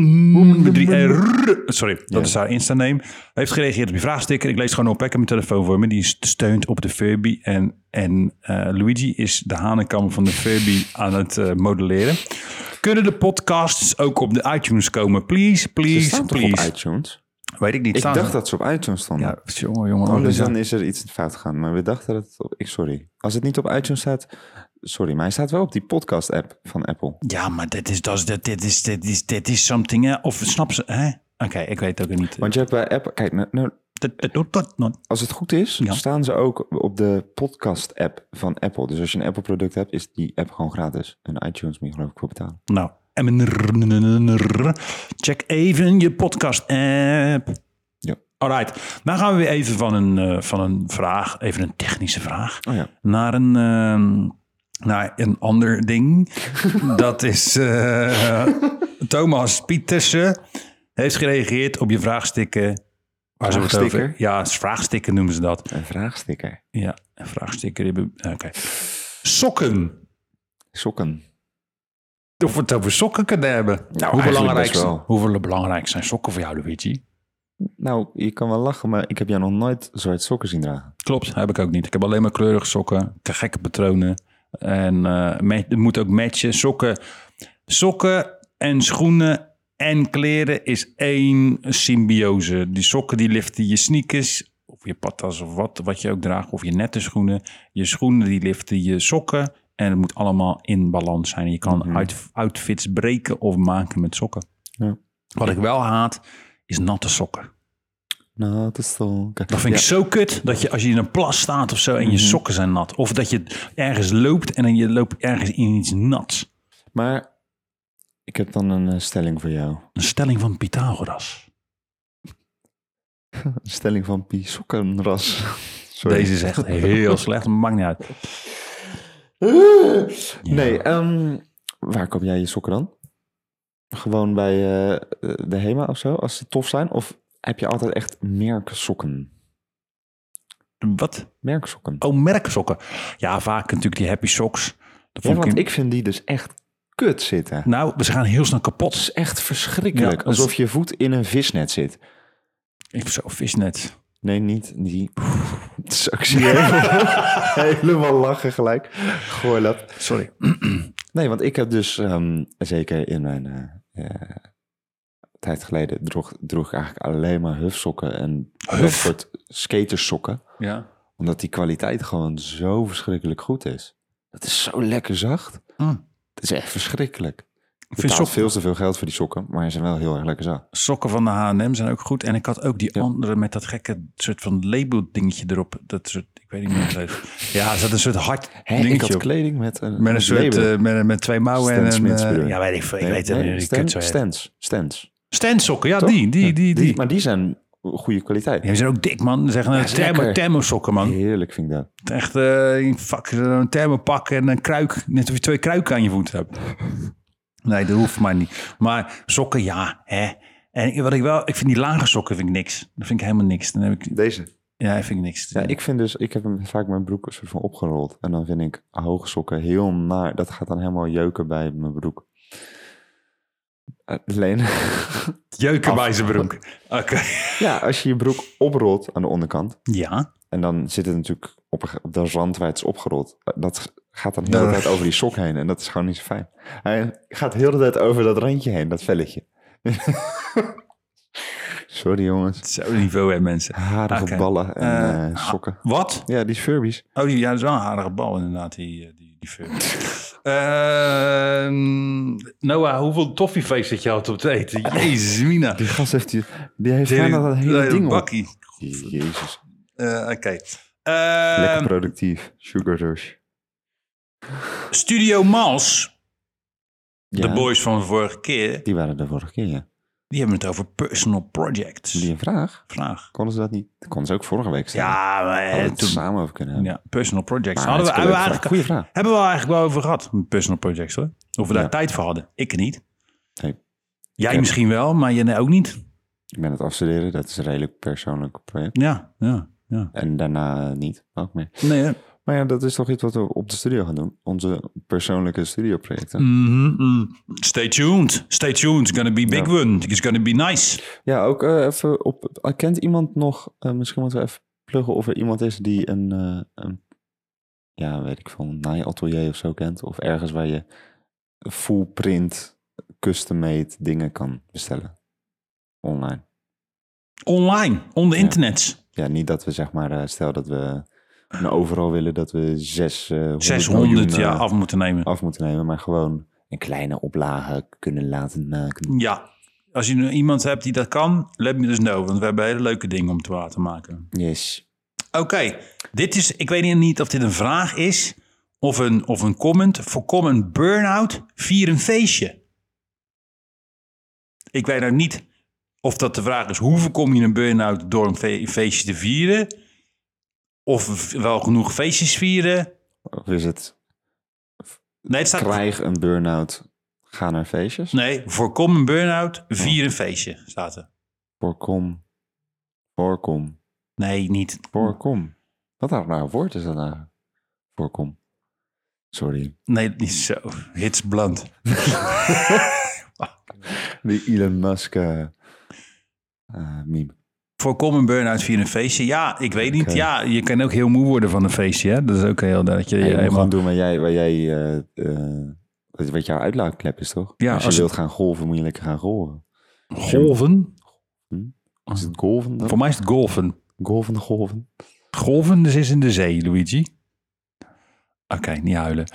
Emmen, sorry, dat ja. is haar Insta-name. Heeft gereageerd op je vraagsticker. Ik lees gewoon op, ik heb mijn telefoon voor me. Die steunt op de Furby. En, en uh, Luigi is de hanenkam van de Furby aan het uh, modelleren. Kunnen de podcasts ook op de iTunes komen? Please, please, ze staan please. Toch op iTunes? Weet ik niet. Ik staan dacht ze? dat ze op iTunes stonden. Ja, jongen, jongen. Oh, dus dan is er iets fout gegaan. Maar we dachten dat het op... Ik, sorry. Als het niet op iTunes staat... Sorry, maar hij staat wel op die podcast-app van Apple. Ja, maar dit is, dat is, dit is, dit is, dit is something... Hè? Of snap ze... Hè? Oké, okay, ik weet het ook niet. Want je hebt bij Apple... Kijk, nou, nou, als het goed is, ja. staan ze ook op de podcast-app van Apple. Dus als je een Apple-product hebt, is die app gewoon gratis. En iTunes moet je geloof ik voor betalen. Nou, check even je podcast-app. Ja. Alright, dan gaan we weer even van een, uh, van een vraag, even een technische vraag, oh ja. naar, een, uh, naar een ander ding. Dat is uh, Thomas Pietersen heeft gereageerd op je vraagsticker. Waar ze het over? Ja, vraagsticker noemen ze dat. Een vraagsticker? Ja, een vraagsticker. Oké. Okay. Sokken. Sokken. Of we het over sokken kunnen hebben. Nou, hoe, belangrijk zijn, hoe belangrijk zijn sokken voor jou, Luigi? Nou, je kan wel lachen, maar ik heb jou nog nooit zwart sokken zien dragen. Klopt, heb ik ook niet. Ik heb alleen maar kleurige sokken, gekke patronen. En uh, het moet ook matchen. Sokken, sokken en schoenen en kleren is één symbiose. Die sokken die liften je sneakers, of je patas of wat, wat je ook draagt, of je nette schoenen. Je schoenen die liften je sokken. En het moet allemaal in balans zijn. Je kan mm-hmm. uit, outfits breken of maken met sokken. Ja. Wat ik wel haat, is natte sokken. Natte sokken. Dat vind ik ja. zo kut, dat je als je in een plas staat of zo en je mm-hmm. sokken zijn nat. Of dat je ergens loopt en dan je loopt ergens in iets nats. Maar ik heb dan een uh, stelling voor jou. Een stelling van Pythagoras. Een stelling van Pi Sokkenras. Deze is echt heel slecht, maar maakt niet uit. Nee, ja. um, waar koop jij je sokken dan? Gewoon bij uh, de Hema of zo, als ze tof zijn? Of heb je altijd echt merksokken? Wat? Merksokken. Oh, merksokken. Ja, vaak natuurlijk die Happy Socks. Ja, want ik... ik vind die dus echt kut zitten. Nou, ze gaan heel snel kapot. Het is echt verschrikkelijk. Ja, alsof je voet in een visnet zit. Ik zo visnet. Nee, niet die. Zo, ik zie je helemaal, helemaal lachen gelijk. Gooi dat. Sorry. Nee, want ik heb dus um, zeker in mijn uh, uh, tijd geleden droeg, droeg ik eigenlijk alleen maar hufsokken en Huf? dat soort skatersokken. Ja. Omdat die kwaliteit gewoon zo verschrikkelijk goed is. Het is zo lekker zacht. Mm. Het is echt verschrikkelijk. Ik Ik vind betaal sokken, veel te veel geld voor die sokken, maar ze zijn wel heel erg lekker zacht. sokken van de H en M zijn ook goed. En ik had ook die Ja. andere met dat gekke soort van label dingetje erop. Dat soort, ik weet niet meer hoe het heet. Ja, er zat een soort hard Hè, ik dingetje had op. kleding met een, Met een soort, label. uh, met, met twee mouwen Stan en Smiths een... bedoel Uh, je? ja, weet ik veel. Ik Nee, weet het nee, niet. Stan, Kut zo heet. Stans. Stans. Stansokken, ja, Toch? die, die, Ja, die, die. Maar die zijn goede kwaliteit. Ja, die zijn ook dik, man. Ze zeggen Ja, een is thermo, lekker. thermosokken, man. Heerlijk vind ik dat. Echt uh, fuck, een thermopak en een kruik. Net of je twee kruiken aan je voeten hebt. Nee, dat hoeft maar niet. Maar sokken, ja. Hè. En wat ik wel... Ik vind die lage sokken vind ik niks. Dat vind ik helemaal niks. Dan heb ik... Deze. Ja, dat vind ik niks. Ja, ik vind dus... Ik heb hem vaak mijn broek een soort van opgerold. En dan vind ik hoge sokken heel naar. Dat gaat dan helemaal jeuken bij mijn broek. Alleen... Jeuken Af. bij zijn broek. Oké. Okay. Ja, als je je broek oprolt aan de onderkant... Ja. En dan zit het natuurlijk op, een, op de rand waar het is opgerold. Dat gaat dan de hele tijd over die sok heen. En dat is gewoon niet zo fijn. Hij gaat de hele tijd over dat randje heen, dat velletje. Sorry jongens. Zo'n niveau hè mensen. Harige Okay. ballen en uh, uh, sokken. Wat? Ja, die Furbies. Oh, die, ja, dat is wel een harige bal inderdaad, die, die, die Furby. uh, Noah, hoeveel toffeefeest zit je altijd op te eten? Jezus, Mina. Die gast heeft, die, die heeft bijna dat hele die, ding op. bakkie. Jezus. Uh, Oké. Okay. Uh, Lekker productief. Sugar Rush. Studio Mals, Ja, de boys van de vorige keer, die waren de vorige keer, ja. die hebben het over personal projects. Die een vraag? Vraag. Konden ze dat niet? Dat konden ze ook vorige week stellen. Ja, maar Hadden we het toen, samen over kunnen hebben. ja, personal projects. Maar Hadden we, het is hebben, we een eigenlijk, goede vraag. hebben we eigenlijk wel over gehad, met personal projects hoor. Of we daar Ja. tijd voor hadden. Ik niet. Nee. Jij heb- misschien wel, maar jij ook niet. Ik ben het afstuderen, dat is een redelijk persoonlijk project. Ja, ja, ja. En daarna niet, ook meer. Nee, hè? Maar ja, dat is toch iets wat we op de studio gaan doen. Onze persoonlijke studioprojecten. Mm-hmm, mm. Stay tuned. Stay tuned. It's gonna be big Ja. one. It's gonna be nice. Ja, ook uh, even op... Uh, kent iemand nog... Uh, misschien moeten we even pluggen of er iemand is die een... Uh, een ja, weet ik veel, een naaiatelier of zo kent. Of ergens waar je full print, custom-made dingen kan bestellen. Online. Online, on the Ja. internet. Ja, niet dat we zeg maar... Uh, stel dat we naar overal willen dat we zes... Uh, zeshonderd miljoen, ja, uh, af moeten nemen. af moeten nemen, maar gewoon een kleine oplage kunnen laten maken. Ja, als je nu iemand hebt die dat kan, let me dus know. Want we hebben hele leuke dingen om te laten maken. Yes. Oké, okay. Dit is, ik weet niet of dit een vraag is of een, of een comment. Voorkom een burn-out, vier een feestje. Ik weet nou niet of dat de vraag is, hoe voorkom je een burn-out door een fe- feestje te vieren? Of wel genoeg feestjes vieren? Of is het, Nee, het staat... krijg een burn-out, ga naar feestjes? Nee, voorkom een burn-out, vier een feestje, staat er. Voorkom, voorkom, Nee, niet. voorkom. Wat nou nou woord is dat nou? Voorkom. Sorry. Nee, niet zo. Hits blunt. Die Elon Musk uh, uh, meme. Voorkom een burn-out via een feestje. Ja, ik weet niet. Oké. Ja, je kan ook heel moe worden van een feestje. Hè? Dat is ook heel... Dat je, Hey, je moet helemaal... gewoon doen waar jij, waar jij uh, uh, wat- wat jouw uitlaatklep is, toch? Ja, als je als wilt gaan golven, moet je lekker gaan golven. Golven? Hm? Is het golven dan? Voor mij is het golven. Golven, golven. Golven dus is in de zee, Luigi. Oké, okay, niet huilen.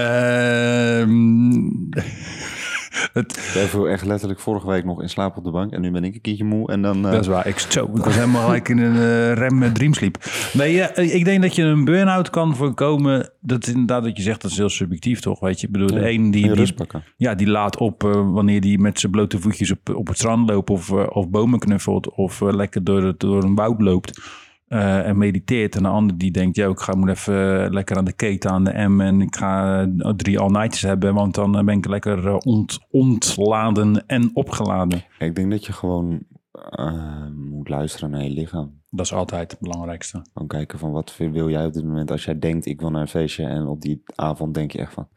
Ehm het, Jij viel echt letterlijk vorige week nog in slaap op de bank. En nu ben ik een keertje moe. En dan, uh... Dat is waar. Ik, zo, ik was helemaal gelijk in een uh, rem uh, dreamsleep. Nee, uh, ik denk dat je een burn-out kan voorkomen. Dat is inderdaad wat je zegt, dat is heel subjectief, toch? Weet je, ik bedoel, ja, de een die, die, die, ja, die laat op uh, wanneer die met zijn blote voetjes op, op het strand loopt of, uh, of bomen knuffelt of uh, lekker door, het, door een woud loopt. Uh, en mediteert. En de ander die denkt, ja, ik ga moet even uh, lekker aan de keten aan de M en ik ga uh, drie all-nighters hebben, want dan uh, ben ik lekker uh, ont, ontladen en opgeladen. Ik denk dat je gewoon uh, moet luisteren naar je lichaam. Dat is altijd het belangrijkste. Gewoon kijken van wat wil jij op dit moment. Als jij denkt, ik wil naar een feestje en op die avond denk je echt van,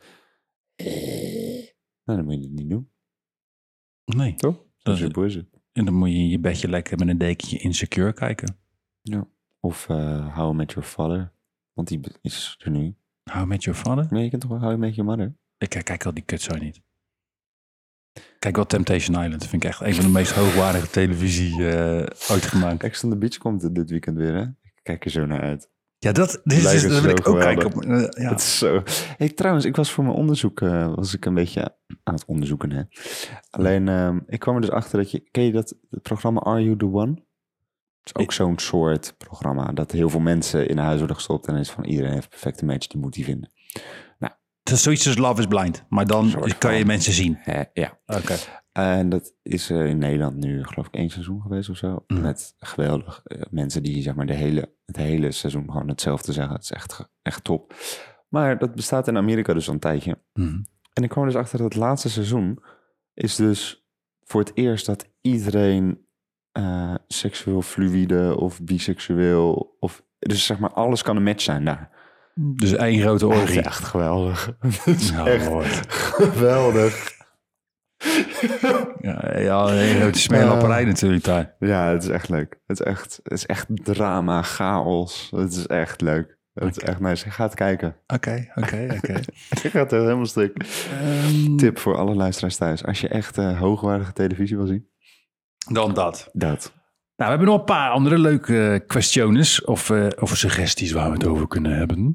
nou, dan moet je het niet doen. Nee. Toch? Dat is is, het. en dan moet je in je bedje lekker met een dekentje Insecure kijken. Ja. Of uh, How I Met Your Father. Want die is er nu. How I Met Your Father? Nee, je kent toch wel How I Met Your Mother? Ik kijk, kijk al die kutzooi niet. Kijk wel Temptation Island. Dat vind ik echt een van de meest hoogwaardige televisie uh, ooit gemaakt. Ex on the Beach komt dit weekend weer, hè? Ik kijk er zo naar uit. Ja, dat, dit is, dat wil ik ook kijken. Op, uh, ja. Het is zo... Hey, trouwens, ik was voor mijn onderzoek uh, was ik een beetje aan het onderzoeken, hè. Alleen, uh, ik kwam er dus achter dat je... Ken je dat het programma Are You The One? Het is ook ik... zo'n soort programma. Dat heel veel mensen in een huis worden gestopt en is van iedereen heeft een perfecte match, die moet die vinden. Nou, het is zoiets als Love is Blind, maar dan kan van, je mensen zien. Uh, ja. Oké. Okay. En dat is uh, in Nederland nu, geloof ik, één seizoen geweest of zo. Mm. Met geweldig uh, mensen die, zeg maar, de hele, het hele seizoen gewoon hetzelfde zeggen. Het is echt, echt top. Maar dat bestaat in Amerika dus al een tijdje. Mm. En ik kwam dus achter dat het laatste seizoen is dus voor het eerst dat iedereen uh, seksueel fluïde of biseksueel of... Dus zeg maar, alles kan een match zijn daar. Dus één grote orgie. Het is echt geweldig. Het is nou, echt mooi. geweldig. Ja, ja, een hele grote smeerlapperij uh, natuurlijk daar. Ja, het is echt leuk. Het is echt, het is echt drama, chaos. Het is echt leuk. Het okay. is echt nice. Ga het kijken. Oké, oké, oké. Je gaat er helemaal stuk. Um, Tip voor alle luisteraars thuis. Als je echt uh, hoogwaardige televisie wil zien. Dan dat. Dat. Nou, we hebben nog een paar andere leuke questions of, uh, of suggesties waar we het over kunnen hebben.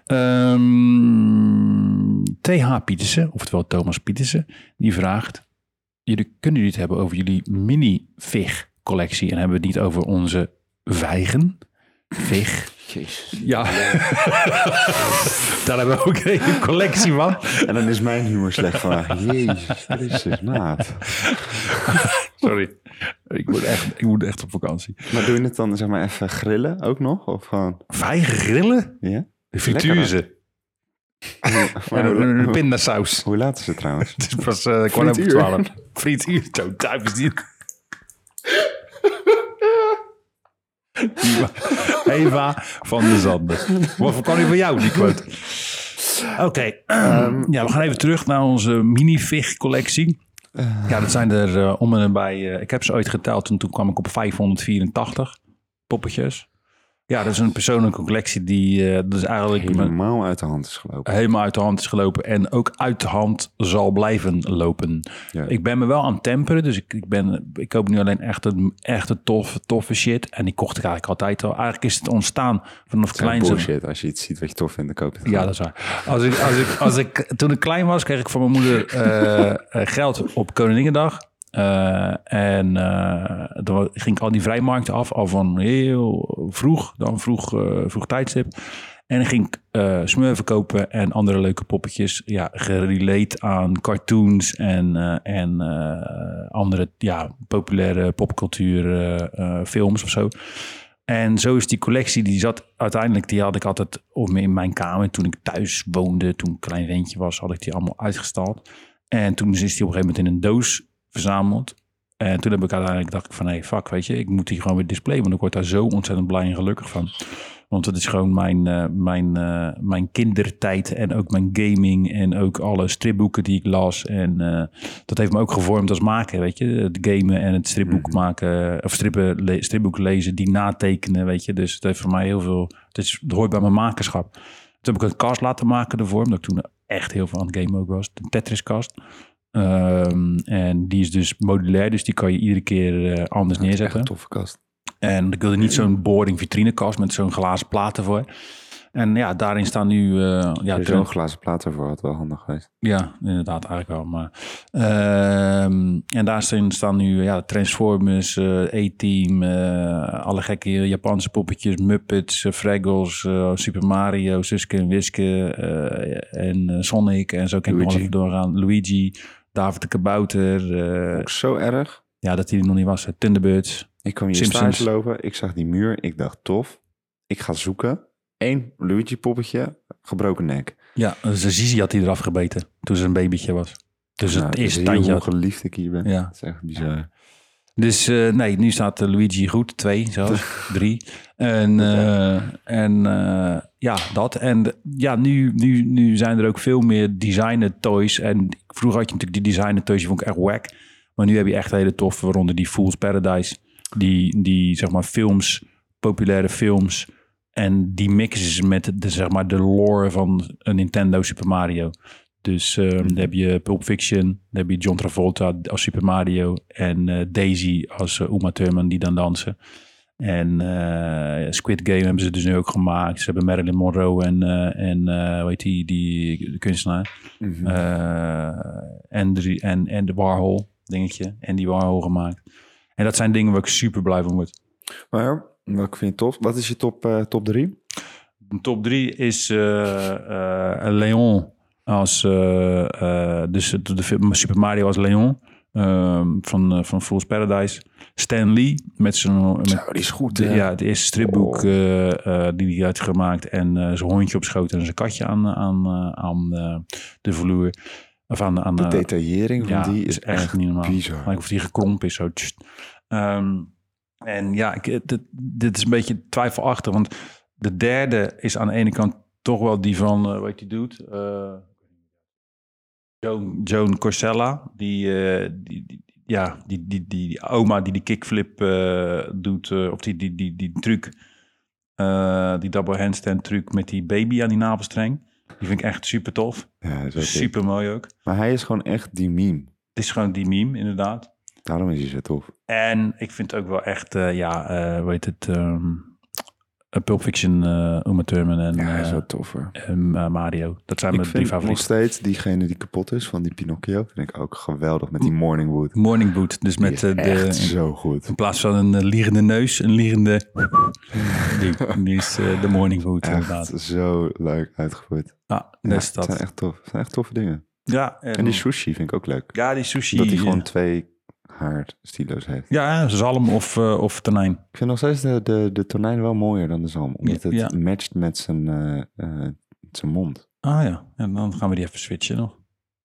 Um, T H Pietersen, oftewel Thomas Pietersen, die vraagt... Jullie kunnen jullie het hebben over jullie mini-vig-collectie en hebben we het niet over onze vijgen? Vig. Jezus. Ja. Daar hebben we ook een hele collectie van. En dan is mijn humor slecht vandaag. Jezus Christus, maat. Sorry. Ik moet, echt, ik moet echt op vakantie. Maar doe je het dan, zeg maar, even grillen ook nog? Of gewoon... Vijgen grillen? Ja. De frituurze. En een pindasaus. Hoe laat is het trouwens? Het is pas uh, kwart over twaalf. Frituur. Zo duif is die. Eva van de Zanden. Wat kan ik van jou, die quote? Oké. Okay. Um, ja, we gaan even terug naar onze mini-vig collectie. Uh, ja, dat zijn er uh, om en bij. Uh, ik heb ze ooit geteld en toen kwam ik op vijfhonderdvierentachtig poppetjes. Ja, dat is een persoonlijke collectie die uh, dat is eigenlijk helemaal uit de hand is gelopen. Helemaal uit de hand is gelopen en ook uit de hand zal blijven lopen. Ja. Ik ben me wel aan het temperen, dus ik, ik, ben, ik koop nu alleen echt een echte toffe, toffe shit. En die kocht ik eigenlijk altijd al. Eigenlijk is het ontstaan vanaf klein. Bullshit, als je iets ziet wat je tof vindt, dan koop je het. Ja, dat is waar. Als ik, als ik, als ik, toen ik klein was, kreeg ik van mijn moeder uh, geld op Koninginnedag. Uh, en uh, dan ging ik al die vrijmarkten af, al van heel vroeg, dan vroeg, uh, vroeg tijdstip. En dan ging ik uh, smurfen kopen en andere leuke poppetjes, ja, gerelate aan cartoons en, uh, en uh, andere ja, populaire popcultuur uh, uh, films of zo. En zo is die collectie, die zat uiteindelijk, die had ik altijd op me in mijn kamer. Toen ik thuis woonde, toen ik een klein ventje was, had ik die allemaal uitgestald. En toen is die op een gegeven moment in een doos verzameld. En toen heb ik uiteindelijk dacht ik van, hé, hey, fuck, weet je, ik moet die gewoon weer displayen, want ik word daar zo ontzettend blij en gelukkig van. Want het is gewoon mijn, uh, mijn, uh, mijn kindertijd en ook mijn gaming en ook alle stripboeken die ik las. En uh, dat heeft me ook gevormd als maker, weet je. Het gamen en het stripboek maken, of strippen, le- stripboek lezen, die natekenen, weet je. Dus het heeft voor mij heel veel, het, is, het hoort bij mijn makerschap. Toen heb ik een kast laten maken ervoor, omdat ik toen echt heel veel aan het gamen ook was. De Tetris kast. Um, en die is dus modulair, dus die kan je iedere keer uh, anders ja, neerzetten. Echt een toffe kast. En ik wilde niet zo'n boring vitrinekast met zo'n glazen platen voor. En ja, daarin staan nu... Uh, ja, zo'n tra- glazen platen voor had wel handig geweest. Ja, inderdaad, eigenlijk wel. Maar, um, en daarin staan nu ja, Transformers, uh, A-Team, uh, alle gekke Japanse poppetjes, Muppets, uh, Fraggles, uh, Super Mario, Suske en Wiske uh, en uh, Sonic. En zo kan ik nog even doorgaan. Luigi, David de Kabouter. Uh, Ook zo erg. Ja, dat hij er nog niet was. Thunderbirds. Ik kwam hier stage lopen, ik zag die muur, ik dacht tof. Ik ga zoeken. Eén Luigi poppetje, gebroken nek. Ja, zijn Zizi had hij eraf gebeten toen ze een babytje was. Dus nou, het eerste tandje. tandje. Hoe geliefd ik hier ben. Ja. Dat is echt bizar. Dus uh, nee, nu staat uh, Luigi goed. Twee zelfs. Drie. En, uh, en uh, ja, dat. En de, ja, nu, nu, nu zijn er ook veel meer designer toys. En vroeger had je natuurlijk die designer toys, die vond ik echt wack. Maar nu heb je echt hele toffe, waaronder die Fool's Paradise. Die, die zeg maar films populaire films. En die mixen ze met de, zeg maar, de lore van een Nintendo Super Mario. Dus um, dan heb je Pulp Fiction, dan heb je John Travolta als Super Mario en uh, Daisy als uh, Uma Thurman die dan dansen. En uh, Squid Game hebben ze dus nu ook gemaakt. Ze hebben Marilyn Monroe en, uh, en uh, hoe heet die, die de kunstenaar. Mm-hmm. Uh, en, de, en, en de Warhol dingetje. En die Warhol gemaakt. En dat zijn dingen waar ik super blij van word. Maar welke vind je tof? Wat is je top, uh, top drie? Top drie is uh, uh, Leon als uh, uh, dus de, de film Super Mario als Leon uh, van, uh, van Fool's Paradise. Stan Lee met zijn... Met, Zo, die is goed, hè? Ja, het eerste stripboek oh. uh, uh, die hij had gemaakt. En uh, zijn hondje op schoot en zijn katje aan, aan, uh, aan uh, de vloer. Of aan, aan, de detaillering van ja, die is echt, echt niet normaal. Bizar. Maar of die gekrompen is zo. Um, en ja, ik, dit, dit is een beetje twijfelachtig. Want de derde is aan de ene kant toch wel die van... Uh, weet die doet? Uh, Joan, Joan Corsella. Die... Uh, die, die Ja, die, die, die, die oma die die kickflip uh, doet, uh, of die, die, die, die truc, uh, die double handstand truc met die baby aan die navelstreng. Die vind ik echt super tof. Ja, super mooi ook. Maar hij is gewoon echt die meme. Het is gewoon die meme, inderdaad. Daarom is hij zo tof. En ik vind ook wel echt, uh, ja, uh, hoe heet het, um, Pulp Fiction, uh, Uma Thurman en ja, uh, zo tof hoor. Um, uh, Mario. Dat zijn ik mijn drie favorieten. Nog steeds diegene die kapot is van die Pinocchio. Vind ik ook geweldig met die Morning Wood. Morning Wood. Dus met die uh, de echt zo goed. In plaats van een uh, liegende neus, een liegende. die, die is uh, de Morning Wood. Echt inderdaad. Zo leuk uitgevoerd. Ja, ja, dat is dat. Het zijn echt tof. Het zijn echt toffe dingen. Ja. En, en die sushi vind ik ook leuk. Ja, die sushi. Dat hij gewoon twee haarstilo's heeft. Ja, zalm of, uh, of tonijn. Ik vind nog steeds de, de, de tonijn wel mooier dan de zalm. Omdat het ja. matcht met zijn, uh, uh, zijn mond. Ah ja, en dan gaan we die even switchen nog.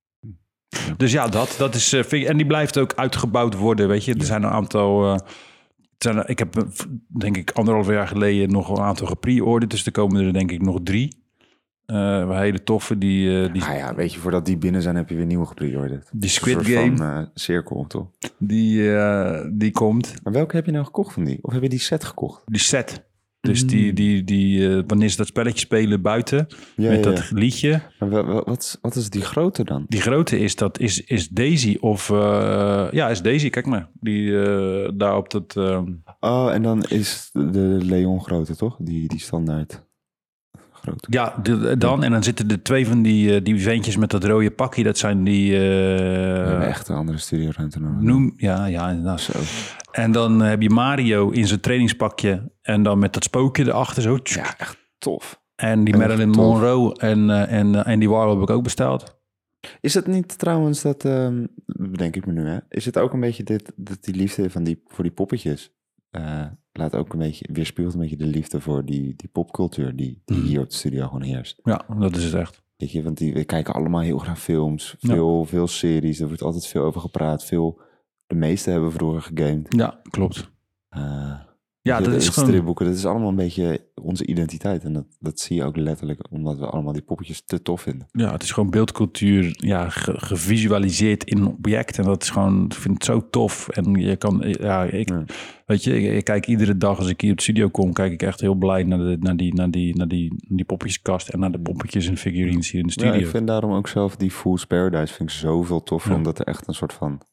Ja. Dus ja, dat, dat is... Uh, en die blijft ook uitgebouwd worden, weet je. Er zijn een aantal... Uh, zijn, ik heb denk ik anderhalf jaar geleden nog een aantal gepre-orderd. Dus er komen er denk ik nog drie. Uh, hele toffe die, uh, die... Ah ja, weet je, voordat die binnen zijn heb je weer nieuwe gepreorderd. Die Squid Game. Van uh, cirkel, toch? Die, uh, die komt. Maar welke heb je nou gekocht van die? Of heb je die set gekocht? Die set. Dus mm. die, die, die uh, wanneer ze dat spelletje spelen buiten, ja, met ja, dat ja. liedje. Maar wel, wel, wat, wat is die grote dan? Die grote is, dat is, is Daisy of... Uh, ja, is Daisy, kijk maar. Die uh, daar op dat... Uh... Oh, en dan is de Leon grote, toch? Die, die standaard... Groot. Ja, de, dan. En dan zitten er twee van die, die ventjes met dat rode pakje. Dat zijn die... Uh, We hebben echt een andere studioruimte nodig. Noem, ja, ja, inderdaad. Zo. En dan heb je Mario in zijn trainingspakje. En dan met dat spookje erachter zo. Ja, echt tof. En die echt Marilyn tof. Monroe en, uh, en, uh, en die Warhol heb ik ook besteld. Is het niet trouwens dat... Um, bedenk ik me nu, hè? Is het ook een beetje dit, dat die liefde van die, voor die poppetjes... Uh, laat ook een beetje, weerspiegelt een beetje de liefde voor die, die popcultuur die, die mm. hier op de studio gewoon heerst. Ja, dat is het echt. Weet je, want die, we kijken allemaal heel graag films, veel, ja. veel series, er wordt altijd veel over gepraat, veel, de meeste hebben vroeger gegamed. Ja, klopt. Uh, ja, je, dat is gewoon... stripboeken, dat is allemaal een beetje onze identiteit en dat, dat zie je ook letterlijk, omdat we allemaal die poppetjes te tof vinden. Ja, het is gewoon beeldcultuur, ja, ge, gevisualiseerd in een object en dat is gewoon, ik vind het zo tof en je kan, ja, ik... Ja. Weet je, ik, ik kijk iedere dag als ik hier op de studio kom, kijk ik echt heel blij naar, de, naar, die, naar, die, naar, die, naar die poppetjeskast en naar de poppetjes en figurines hier in de studio. Ja, ik vind daarom ook zelf die Fool's Paradise vind ik zoveel toffer, ja. Omdat er echt een soort van,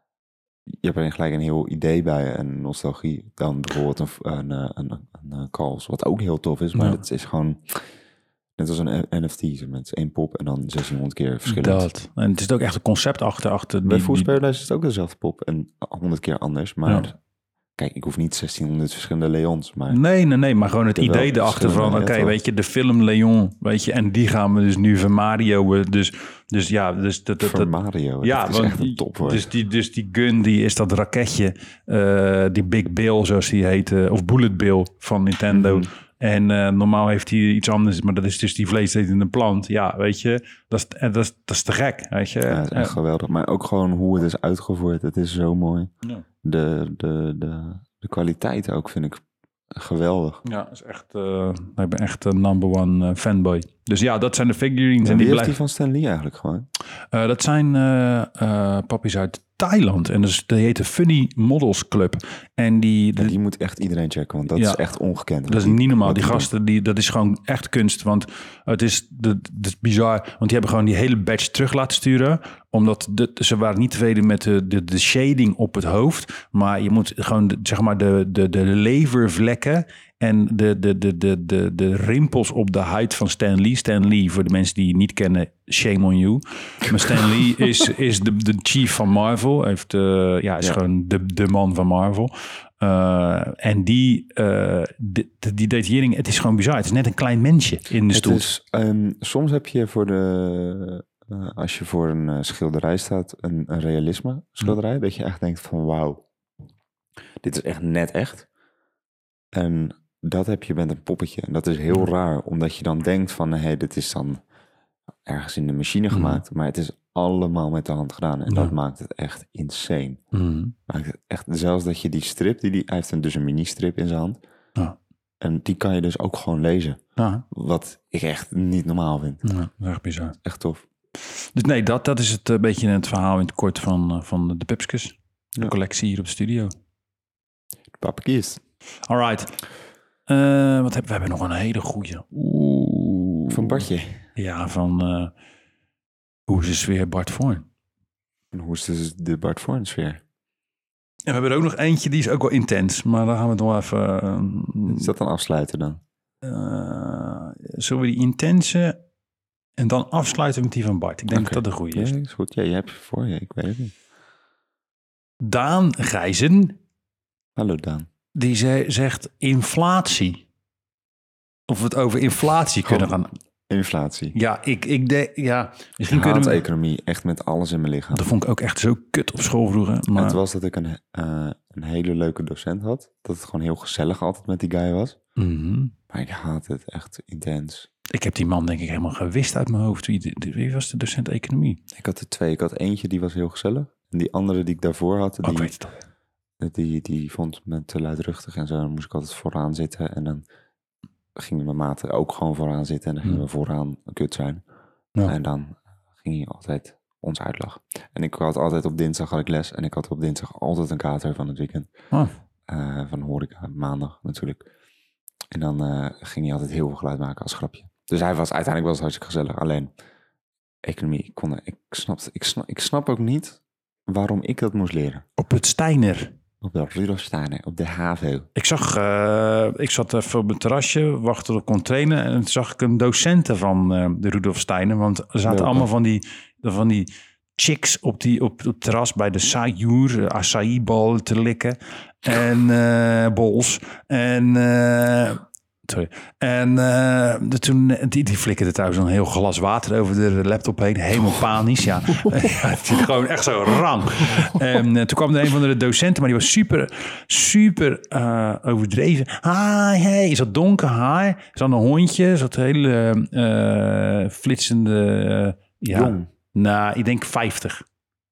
je hebt er gelijk een heel idee bij en nostalgie dan bijvoorbeeld een, een, een, een, een Calls, wat ook heel tof is, maar ja. Het is gewoon... Net als een N F T, met één pop en dan zestienhonderd keer verschillend. Dat. En het is ook echt een concept achter. achter Bij Fool's Paradise is het ook dezelfde pop en honderd keer anders, maar... Ja. Kijk, ik hoef niet zestienhonderd verschillende Leons, maar... Nee, nee, nee, maar gewoon het idee erachter van... Oké, okay, weet je, de film Leon, weet je... En die gaan we dus nu van Mario... Dus, dus ja, dus... Dat, dat, van Mario, ja, dat is want, echt een topwoord. Dus die, dus die gun, die is dat raketje... Uh, die Big Bill, zoals die heet... Uh, of Bullet Bill van Nintendo... Mm-hmm. En uh, normaal heeft hij iets anders, maar dat is dus die vleesetende plant. Ja, weet je, dat is, dat is, dat is te gek, weet je. Ja, dat is echt ja. geweldig. Maar ook gewoon hoe het is uitgevoerd, het is zo mooi. Ja. De, de, de, de kwaliteit ook vind ik geweldig. Ja, is echt, uh, ik ben echt een number one uh, fanboy. Dus ja, dat zijn de figurines. En en wie die heeft blijven... die van Stan Lee eigenlijk gewoon? Uh, dat zijn uh, uh, pappies uit Thailand. En dus, die heet de Funny Models Club. En die, de, ja, die moet echt iedereen checken, want dat ja, is echt ongekend. Dat is niet normaal. Die gasten, die, dat is gewoon echt kunst. Want het is, de, het is bizar. Want die hebben gewoon die hele badge terug laten sturen. Omdat de, ze waren niet tevreden met de, de, de shading op het hoofd. Maar je moet gewoon, de, zeg maar, de, de, de levervlekken... En de, de, de, de, de, de rimpels op de huid van Stan Lee. Stan Lee, voor de mensen die je niet kennen, shame on you. Maar Stan Lee is, is de, de chief van Marvel. Heeft, uh, ja, is ja. gewoon de, de man van Marvel. Uh, en die, uh, die, die detaillering, het is gewoon bizar. Het is net een klein mensje in de stoel. Is, um, soms heb je voor de... Uh, als je voor een uh, schilderij staat, een, een realisme schilderij... Mm. dat je echt denkt van wauw, dit is echt net echt. En... dat heb je met een poppetje. En dat is heel raar, omdat je dan denkt van... hé, hey, dit is dan ergens in de machine gemaakt. Mm. Maar het is allemaal met de hand gedaan. En ja. dat maakt het echt insane. Mm. Maakt het echt, zelfs dat je die strip... Die, die, hij heeft een, dus een mini-strip in zijn hand. Ja. En die kan je dus ook gewoon lezen. Ja. Wat ik echt niet normaal vind. Ja, dat is echt bizar. Echt tof. Dus nee, dat, dat is het een beetje het verhaal in het kort van, van de Pupskes. De ja. collectie hier op de studio. De papakies. All right. Uh, wat hebben we hebben nog een hele goeie. Oeh. Van Bartje. Ja, van uh, hoe is de sfeer Bart Voorn? En hoe is de, de Bart Voorn sfeer? En we hebben er ook nog eentje, die is ook wel intens. Maar daar gaan we het nog even... Uh, is dat dan afsluiten dan? Uh, zullen we die intense en dan afsluiten met die van Bart? Ik denk okay. dat dat de goeie is. Ja, is goed. Ja, je hebt je voor je. Ik weet het niet. Daan Gijzen. Hallo Daan. Die ze, zegt inflatie. Of we het over inflatie kunnen gaan... Inflatie. Ja, ik, ik denk... Ja, misschien ik kunnen we... economie echt met alles in mijn lichaam. Dat vond ik ook echt zo kut op school vroeger. Maar... Het was dat ik een, uh, een hele leuke docent had. Dat het gewoon heel gezellig altijd met die guy was. Mm-hmm. Maar ik haat het echt intens. Ik heb die man denk ik helemaal gewist uit mijn hoofd. Wie, wie was de docent economie? Ik had er twee. Ik had eentje die was heel gezellig. En die andere die ik daarvoor had... Die... Oh, ik weet het al. Die, die vond me te luidruchtig en zo. Dan moest ik altijd vooraan zitten. En dan gingen mijn maten ook gewoon vooraan zitten. En dan gingen we vooraan kut zijn. Ja. En dan ging hij altijd ons uitlachen. En ik had altijd op dinsdag had ik les. En ik had op dinsdag altijd een kater van het weekend. Oh. Uh, van horeca, maandag natuurlijk. En dan uh, ging hij altijd heel veel geluid maken als grapje. Dus hij was uiteindelijk wel hartstikke gezellig. Alleen economie, ik, kon, ik, snapte, ik, snap, ik snap ook niet waarom ik dat moest leren. Op het Steiner. Op de Rudolf Steiner, op de HAVO. Ik zag, uh, ik zat even op het terrasje, wachtte tot ik kon trainen. En toen zag ik een docenten van uh, de Rudolf Steiner. Want er zaten Welke? allemaal van die, van die chicks op, die, op, op het terras bij de Sayur, uh, acai-bal te likken. En uh, bols. En... Uh, Sorry. En uh, de, toen, die, die flikkerde thuis een heel glas water over de laptop heen. Helemaal panisch, ja. ja het is gewoon echt zo rang. En uh, toen kwam er een van de docenten, maar die was super, super uh, overdreven. Hi, hey, is dat donker haar? Is dat een hondje? Is dat hele uh, flitsende... Uh, ja. Jong. Nou, ik denk vijftig.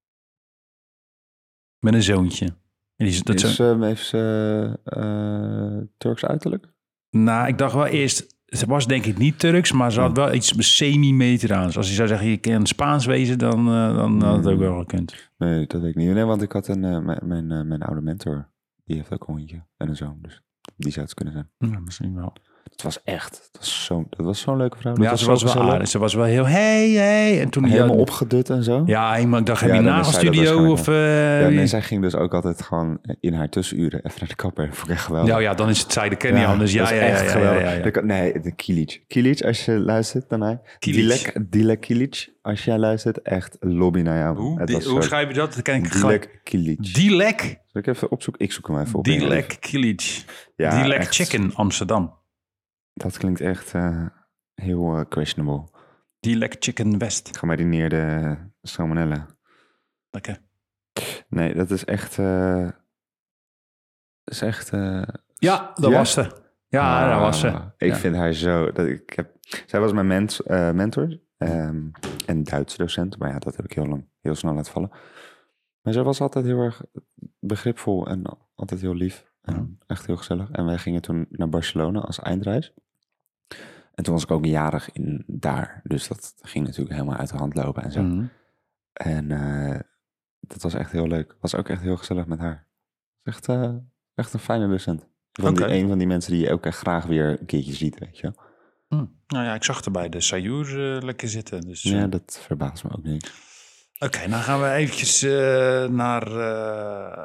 Met een zoontje. En die, dat is, zo... uh, heeft ze uh, Turks uiterlijk? Nou, ik dacht wel eerst... Ze was denk ik niet Turks, maar ze had wel iets semi-mediterraans. Als je zou zeggen, je kan Spaans wezen, dan, uh, dan had het ook wel gekund. Nee, dat weet ik niet. Nee, want ik had een, uh, mijn, mijn, uh, mijn oude mentor, die heeft ook een hondje en een zoon. Dus die zou het kunnen zijn. Ja, misschien wel. Het was echt, dat was zo'n, dat was zo'n leuke vrouw. Dat ja, was ze was wel aardig. Ze was wel heel, hey, hey. En toen helemaal ja, opgedut en zo. Ja, maar ik dacht, heb je ja, nagelstudio of... Uh, ja, nee, zij ging dus ook altijd gewoon in haar tussenuren even naar de kapper. Vond ik echt geweldig. Nou ja, dan is het zij de Kenny ja, anders. Ja, dat ja, echt ja, ja, geweldig. Ja, ja, ja. De, nee, de Kilic. Kilic, als je luistert naar mij. Dilek, Dilek Kilic, als jij luistert, echt lobby naar jou. Hoe, het die, was hoe schrijf je dat? Dat ken ik Dilek Kilic. Dilek? Zal ik even opzoeken? Ik zoek hem even op. Dilek Kilic. Ja, Dilek echt. Chicken, Amsterdam. Dat klinkt echt uh, heel uh, questionable. Dilek Chicken West. Gemarineerde salmonella. Lekker. Nee, dat is echt... Uh, dat is echt... Uh, ja, dat ja? was ze. Ja, ah, dat was ze. Ik ja. vind haar zo... Dat ik heb, zij was mijn ment, uh, mentor. Um, en Duits docent. Maar ja, dat heb ik heel lang, heel snel laten vallen. Maar zij was altijd heel erg begripvol en altijd heel lief. En echt heel gezellig. En wij gingen toen naar Barcelona als eindreis. En toen was ik ook jarig in daar. Dus dat ging natuurlijk helemaal uit de hand lopen en zo. Mm. En uh, dat was echt heel leuk. Was ook echt heel gezellig met haar. Echt, uh, echt een fijne docent. Van Okay. die, een van die mensen die je ook echt graag weer een keertje ziet, weet je wel. Mm. Nou ja, ik zag er bij de Sayur uh, lekker zitten. Dus, uh... Ja, dat verbaast me ook niet. Oké, okay, dan gaan we eventjes uh, naar... Uh...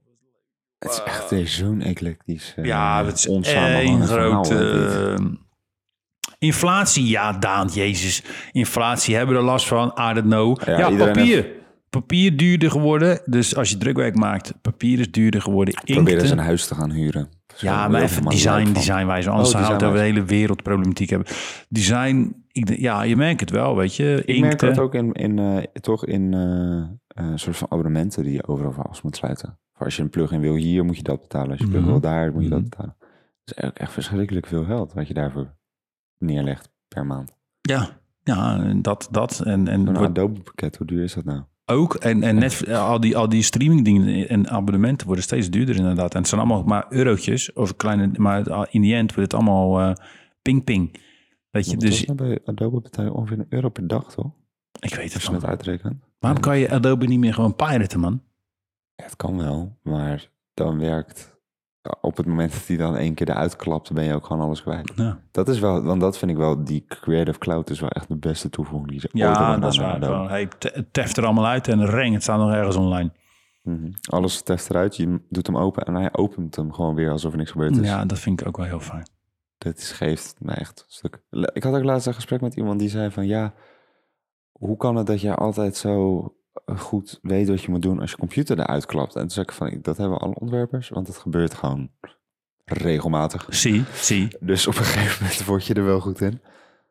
Het is echt uh, zo'n eclectisch... Uh, ja, het is één grote... Uh, inflatie, ja, Daan, jezus. Inflatie, hebben we er last van? I don't know. Ja, ja papier. Heeft... Papier duurder geworden. Dus als je drukwerk maakt, papier is duurder geworden. Probeer eens een huis te gaan huren. Zo, ja, maar even design, designwijze. Anders oh, design zouden we de hele wereldproblematiek hebben. Design, ik, ja, je merkt het wel, weet je. Ik merk het ook in, in, uh, toch in uh, uh, soort van abonnementen die je overal vast moet sluiten. Voor als je een plugin wil hier, moet je dat betalen. Als je een plugin wil daar, moet je dat betalen. Dat is eigenlijk echt verschrikkelijk veel geld wat je daarvoor neerlegt per maand. Ja, ja, dat. dat en, en een Adobe pakket, hoe duur is dat nou? Ook, en, en net al die, al die streaming dingen en abonnementen worden steeds duurder inderdaad. En het zijn allemaal maar eurotjes, of kleine, maar in die end wordt het allemaal uh, ping-ping. Weet je, dus... Nou bij Adobe betaal je ongeveer een euro per dag, toch? Ik weet het van. Het uitrekenen. Waarom kan je Adobe niet meer gewoon piraten, man? Ja, het kan wel, maar dan werkt... Op het moment dat die dan één keer eruit klapt, ben je ook gewoon alles kwijt. Ja. Dat is wel, want dat vind ik wel, die Creative Cloud is wel echt de beste toevoeging die ze ja, ooit hebben. Ja, dat is waar. Gewoon, hey, het teft er allemaal uit en reng, het staat nog ergens online. Mm-hmm. Alles teft eruit, je doet hem open en hij opent hem gewoon weer alsof er niks gebeurd is. Ja, dat vind ik ook wel heel fijn. Dat is, geeft mij echt een stuk. Ik had ook laatst een gesprek met iemand die zei van, ja, hoe kan het dat jij altijd zo goed weet wat je moet doen als je computer eruit klapt? En toen zei ik van, dat hebben alle ontwerpers, want het gebeurt gewoon regelmatig. Zie, zie. Dus op een gegeven moment word je er wel goed in.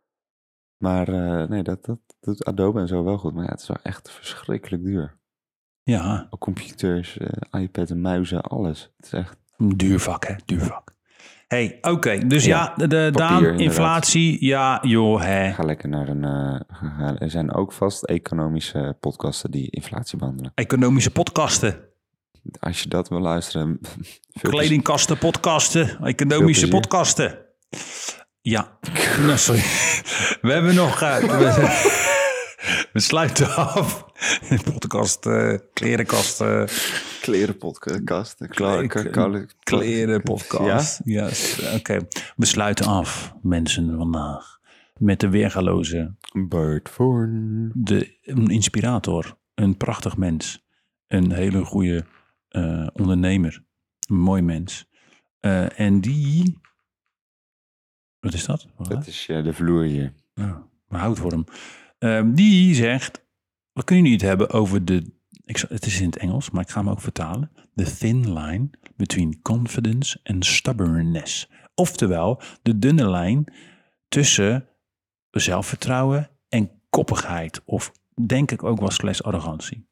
Maar uh, nee, dat, dat doet Adobe en zo wel goed. Maar ja, het is wel echt verschrikkelijk duur. Ja. Ook computers, uh, iPad en muizen, alles. Het is echt... Duur vak, hè? Duur vak. Hey, oké. Okay. Dus ja, ja de, de Daan, inflatie, ja, joh, hè. Ga lekker naar een... Uh, er zijn ook vast economische podcasten die inflatie behandelen. Economische podcasten. Als je dat wil luisteren... Kledingkasten, podcasten, economische podcasten. Ja, nou, sorry. We hebben nog... Uh, we, we sluiten af. Podcast, uh, klerenkast. Uh, Klerenpodcast. Klerenpodcast. Ja? Yes. Oké. Okay. We sluiten af, mensen, vandaag. Met de weergaloze... Bert Voorn. De, een inspirator. Een prachtig mens. Een hele goede uh, ondernemer. Een mooi mens. Uh, en die... Wat is dat? Wat dat is uh, de vloer hier. Oh, een houtworm. Uh, die zegt... We kunnen niet hebben over de... Ik, het is in het Engels, maar ik ga hem ook vertalen. The thin line between confidence and stubbornness. Oftewel, de dunne lijn tussen zelfvertrouwen en koppigheid. Of denk ik ook wel slash arrogantie.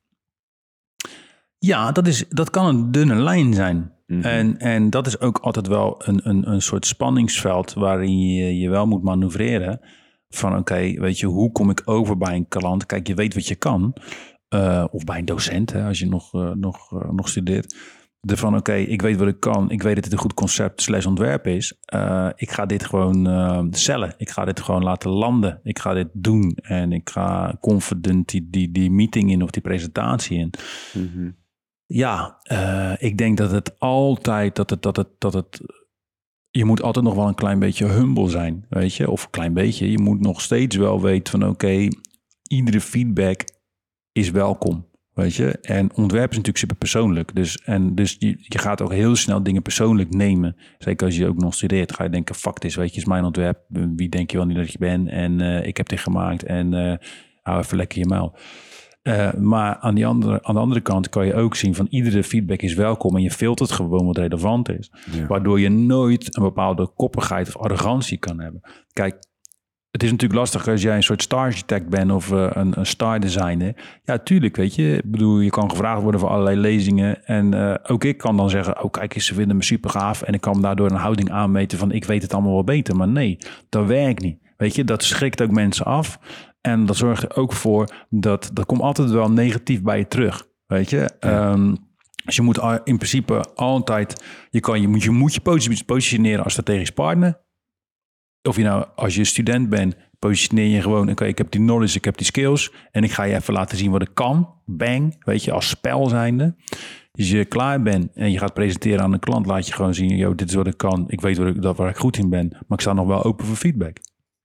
Ja, dat, is, dat kan een dunne lijn zijn. Mm-hmm. En, en dat is ook altijd wel een, een, een soort spanningsveld waarin je je wel moet manoeuvreren. Van oké, okay, weet je, hoe kom ik over bij een klant? Kijk, je weet wat je kan. Uh, of bij een docent, hè, als je nog, uh, nog, uh, nog studeert. De van oké, okay, ik weet wat ik kan. Ik weet dat het een goed concept slash ontwerp is. Uh, ik ga dit gewoon uh, cellen. Ik ga dit gewoon laten landen. Ik ga dit doen. En ik ga confident die, die, die meeting in of die presentatie in. Mm-hmm. Ja, uh, ik denk dat het altijd... dat het, dat het, dat het je moet altijd nog wel een klein beetje humble zijn, weet je. Of een klein beetje. Je moet nog steeds wel weten van oké, okay, iedere feedback is welkom, weet je. En ontwerp is natuurlijk super persoonlijk. Dus, en dus je, je gaat ook heel snel dingen persoonlijk nemen. Zeker als je ook nog studeert, ga je denken, fuck this, weet je, is mijn ontwerp. Wie denk je wel niet dat je bent? En uh, ik heb dit gemaakt en uh, hou even lekker je muil. Uh, maar aan, die andere, aan de andere kant kan je ook zien van iedere feedback is welkom en je filtert gewoon wat relevant is. Ja. Waardoor je nooit een bepaalde koppigheid of arrogantie kan hebben. Kijk, het is natuurlijk lastig als jij een soort star architect bent of uh, een, een star designer. Ja, tuurlijk, weet je. Ik bedoel, je kan gevraagd worden voor allerlei lezingen. En uh, ook ik kan dan zeggen, oh kijk eens, ze vinden me super gaaf. En ik kan daardoor een houding aanmeten van ik weet het allemaal wel beter. Maar nee, dat werkt niet. Weet je, dat schrikt ook mensen af. En dat zorgt er ook voor dat, dat komt altijd wel negatief bij je terug. Weet je, ja. um, dus je moet in principe altijd, je, kan, je, moet, je moet je positioneren als strategisch partner. of je nou als je student bent, positioneer je gewoon, oké, okay, ik heb die knowledge, ik heb die skills en ik ga je even laten zien wat ik kan. Bang, weet je, als spel zijnde. Als je klaar bent en je gaat presenteren aan een klant, laat je gewoon zien, yo, dit is wat ik kan. Ik weet wat ik, dat waar ik goed in ben, maar ik sta nog wel open voor feedback.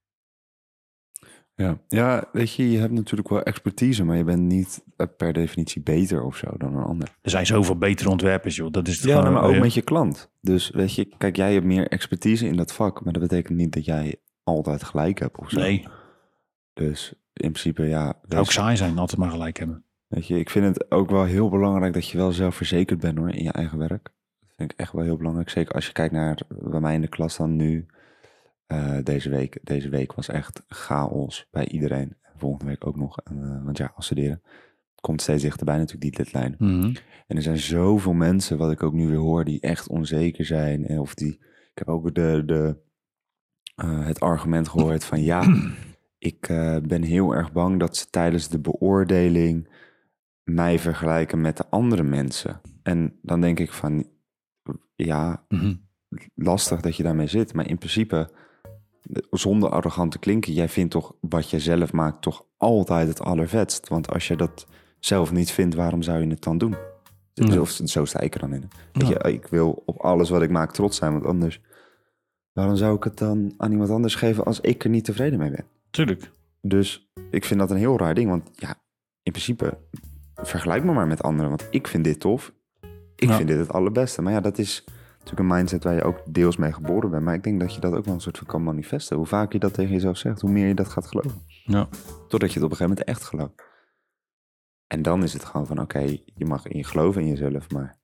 Ja. ja, weet je, je hebt natuurlijk wel expertise, maar je bent niet per definitie beter of zo dan een ander. Er zijn zoveel betere ontwerpers, joh. Dat is het ja, gewoon, maar ook ja. met je klant. Dus weet je, kijk, jij hebt meer expertise in dat vak, maar dat betekent niet dat jij altijd gelijk hebt of zo. Nee. Dus in principe, ja. Zou ook saai zijn, altijd maar gelijk hebben. Weet je, ik vind het ook wel heel belangrijk dat je wel zelfverzekerd bent hoor, in je eigen werk. Dat vind ik echt wel heel belangrijk. Zeker als je kijkt naar bij mij in de klas dan nu. Uh, deze week. Deze week was echt chaos bij iedereen. Volgende week ook nog. Uh, want ja, afstuderen komt steeds dichterbij natuurlijk die deadline. Mm-hmm. En er zijn zoveel mensen, wat ik ook nu weer hoor, die echt onzeker zijn. Of die, ik heb ook de, de, uh, het argument gehoord van ja, ik uh, ben heel erg bang dat ze tijdens de beoordeling mij vergelijken met de andere mensen. En dan denk ik van ja, mm-hmm. lastig dat je daarmee zit. Maar in principe, zonder arrogant te klinken, jij vindt toch wat je zelf maakt toch altijd het allervetst. Want als je dat zelf niet vindt, waarom zou je het dan doen? Dus ja. Of, zo sta ik er dan in. Ja. Je, ik wil op alles wat ik maak trots zijn, want anders, waarom zou ik het dan aan iemand anders geven als ik er niet tevreden mee ben? Tuurlijk. Dus ik vind dat een heel raar ding, want ja, in principe, vergelijk me maar met anderen, want ik vind dit tof. Ik ja. vind dit het allerbeste. Maar ja, dat is natuurlijk een mindset waar je ook deels mee geboren bent. Maar ik denk dat je dat ook wel een soort van kan manifesten. Hoe vaker je dat tegen jezelf zegt, hoe meer je dat gaat geloven. Ja. Totdat je het op een gegeven moment echt gelooft. En dan is het gewoon van, oké, okay, je mag in je geloven in jezelf, maar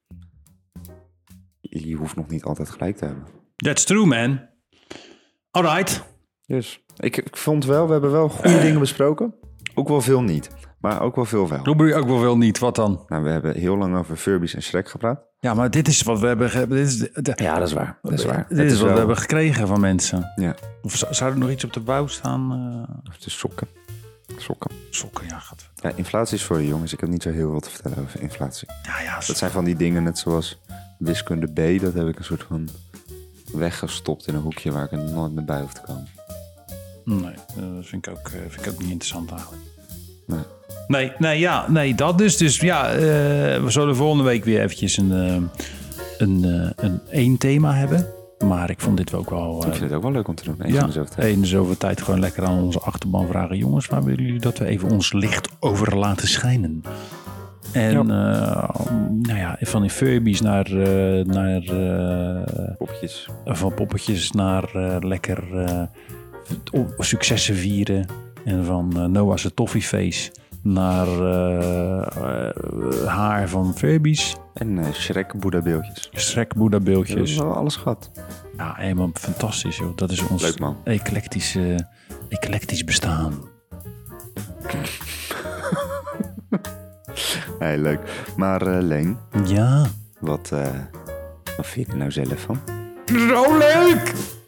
je hoeft nog niet altijd gelijk te hebben. That's true, man. All right. Dus ik, ik vond wel, we hebben wel goede dingen besproken. Ook wel veel niet. Maar ook wel veel wel. Doe je ook wel veel niet. Wat dan? Nou, we hebben heel lang over Furbies en Shrek gepraat. Ja, maar dit is wat we hebben... Ge- dit is de, ja, dat is waar. Dat is waar. Dit is, is wat wel... we hebben gekregen van mensen. Ja. Of zou, zou er nog iets op de bouw staan? Uh... Of de sokken. Sokken. Sokken, ja. Gaat... Ja, inflatie is voor de jongens. Ik heb niet zo heel veel te vertellen over inflatie. Ja, ja. Dat zijn van die dingen, net zoals wiskunde B. Dat heb ik een soort van weggestopt in een hoekje waar ik er nooit meer bij hoef te komen. Nee, dat vind ik ook, vind ik ook niet interessant eigenlijk. Nee. Nee, nee, ja, nee, dat dus. Dus ja, uh, we zullen volgende week weer eventjes een, uh, een, uh, een één thema hebben. Maar ik vond dit ook wel... Uh, ik vind het ook wel leuk om te doen. Eens ja, in de zoveel tijd. in de zoveel tijd gewoon lekker aan onze achterban vragen. Jongens, waar willen jullie dat we even ons licht over laten schijnen? En ja. Uh, nou ja, van die Furbies naar... Uh, naar uh, poppetjes. Van poppetjes naar uh, lekker uh, successen vieren. En van uh, Noah's Toffeeface naar uh, uh, haar van Furbies. En uh, Shrek Boeddha-beeldjes. Shrek Boeddha-beeldjes. Dat is wel alles gehad. Ja, helemaal fantastisch, joh. Dat is ons leuk, man. Eclectische, eclectisch bestaan. Hey, leuk. Maar uh, Leen. Ja? Wat, uh, wat vind je er nou zelf van? Zo leuk!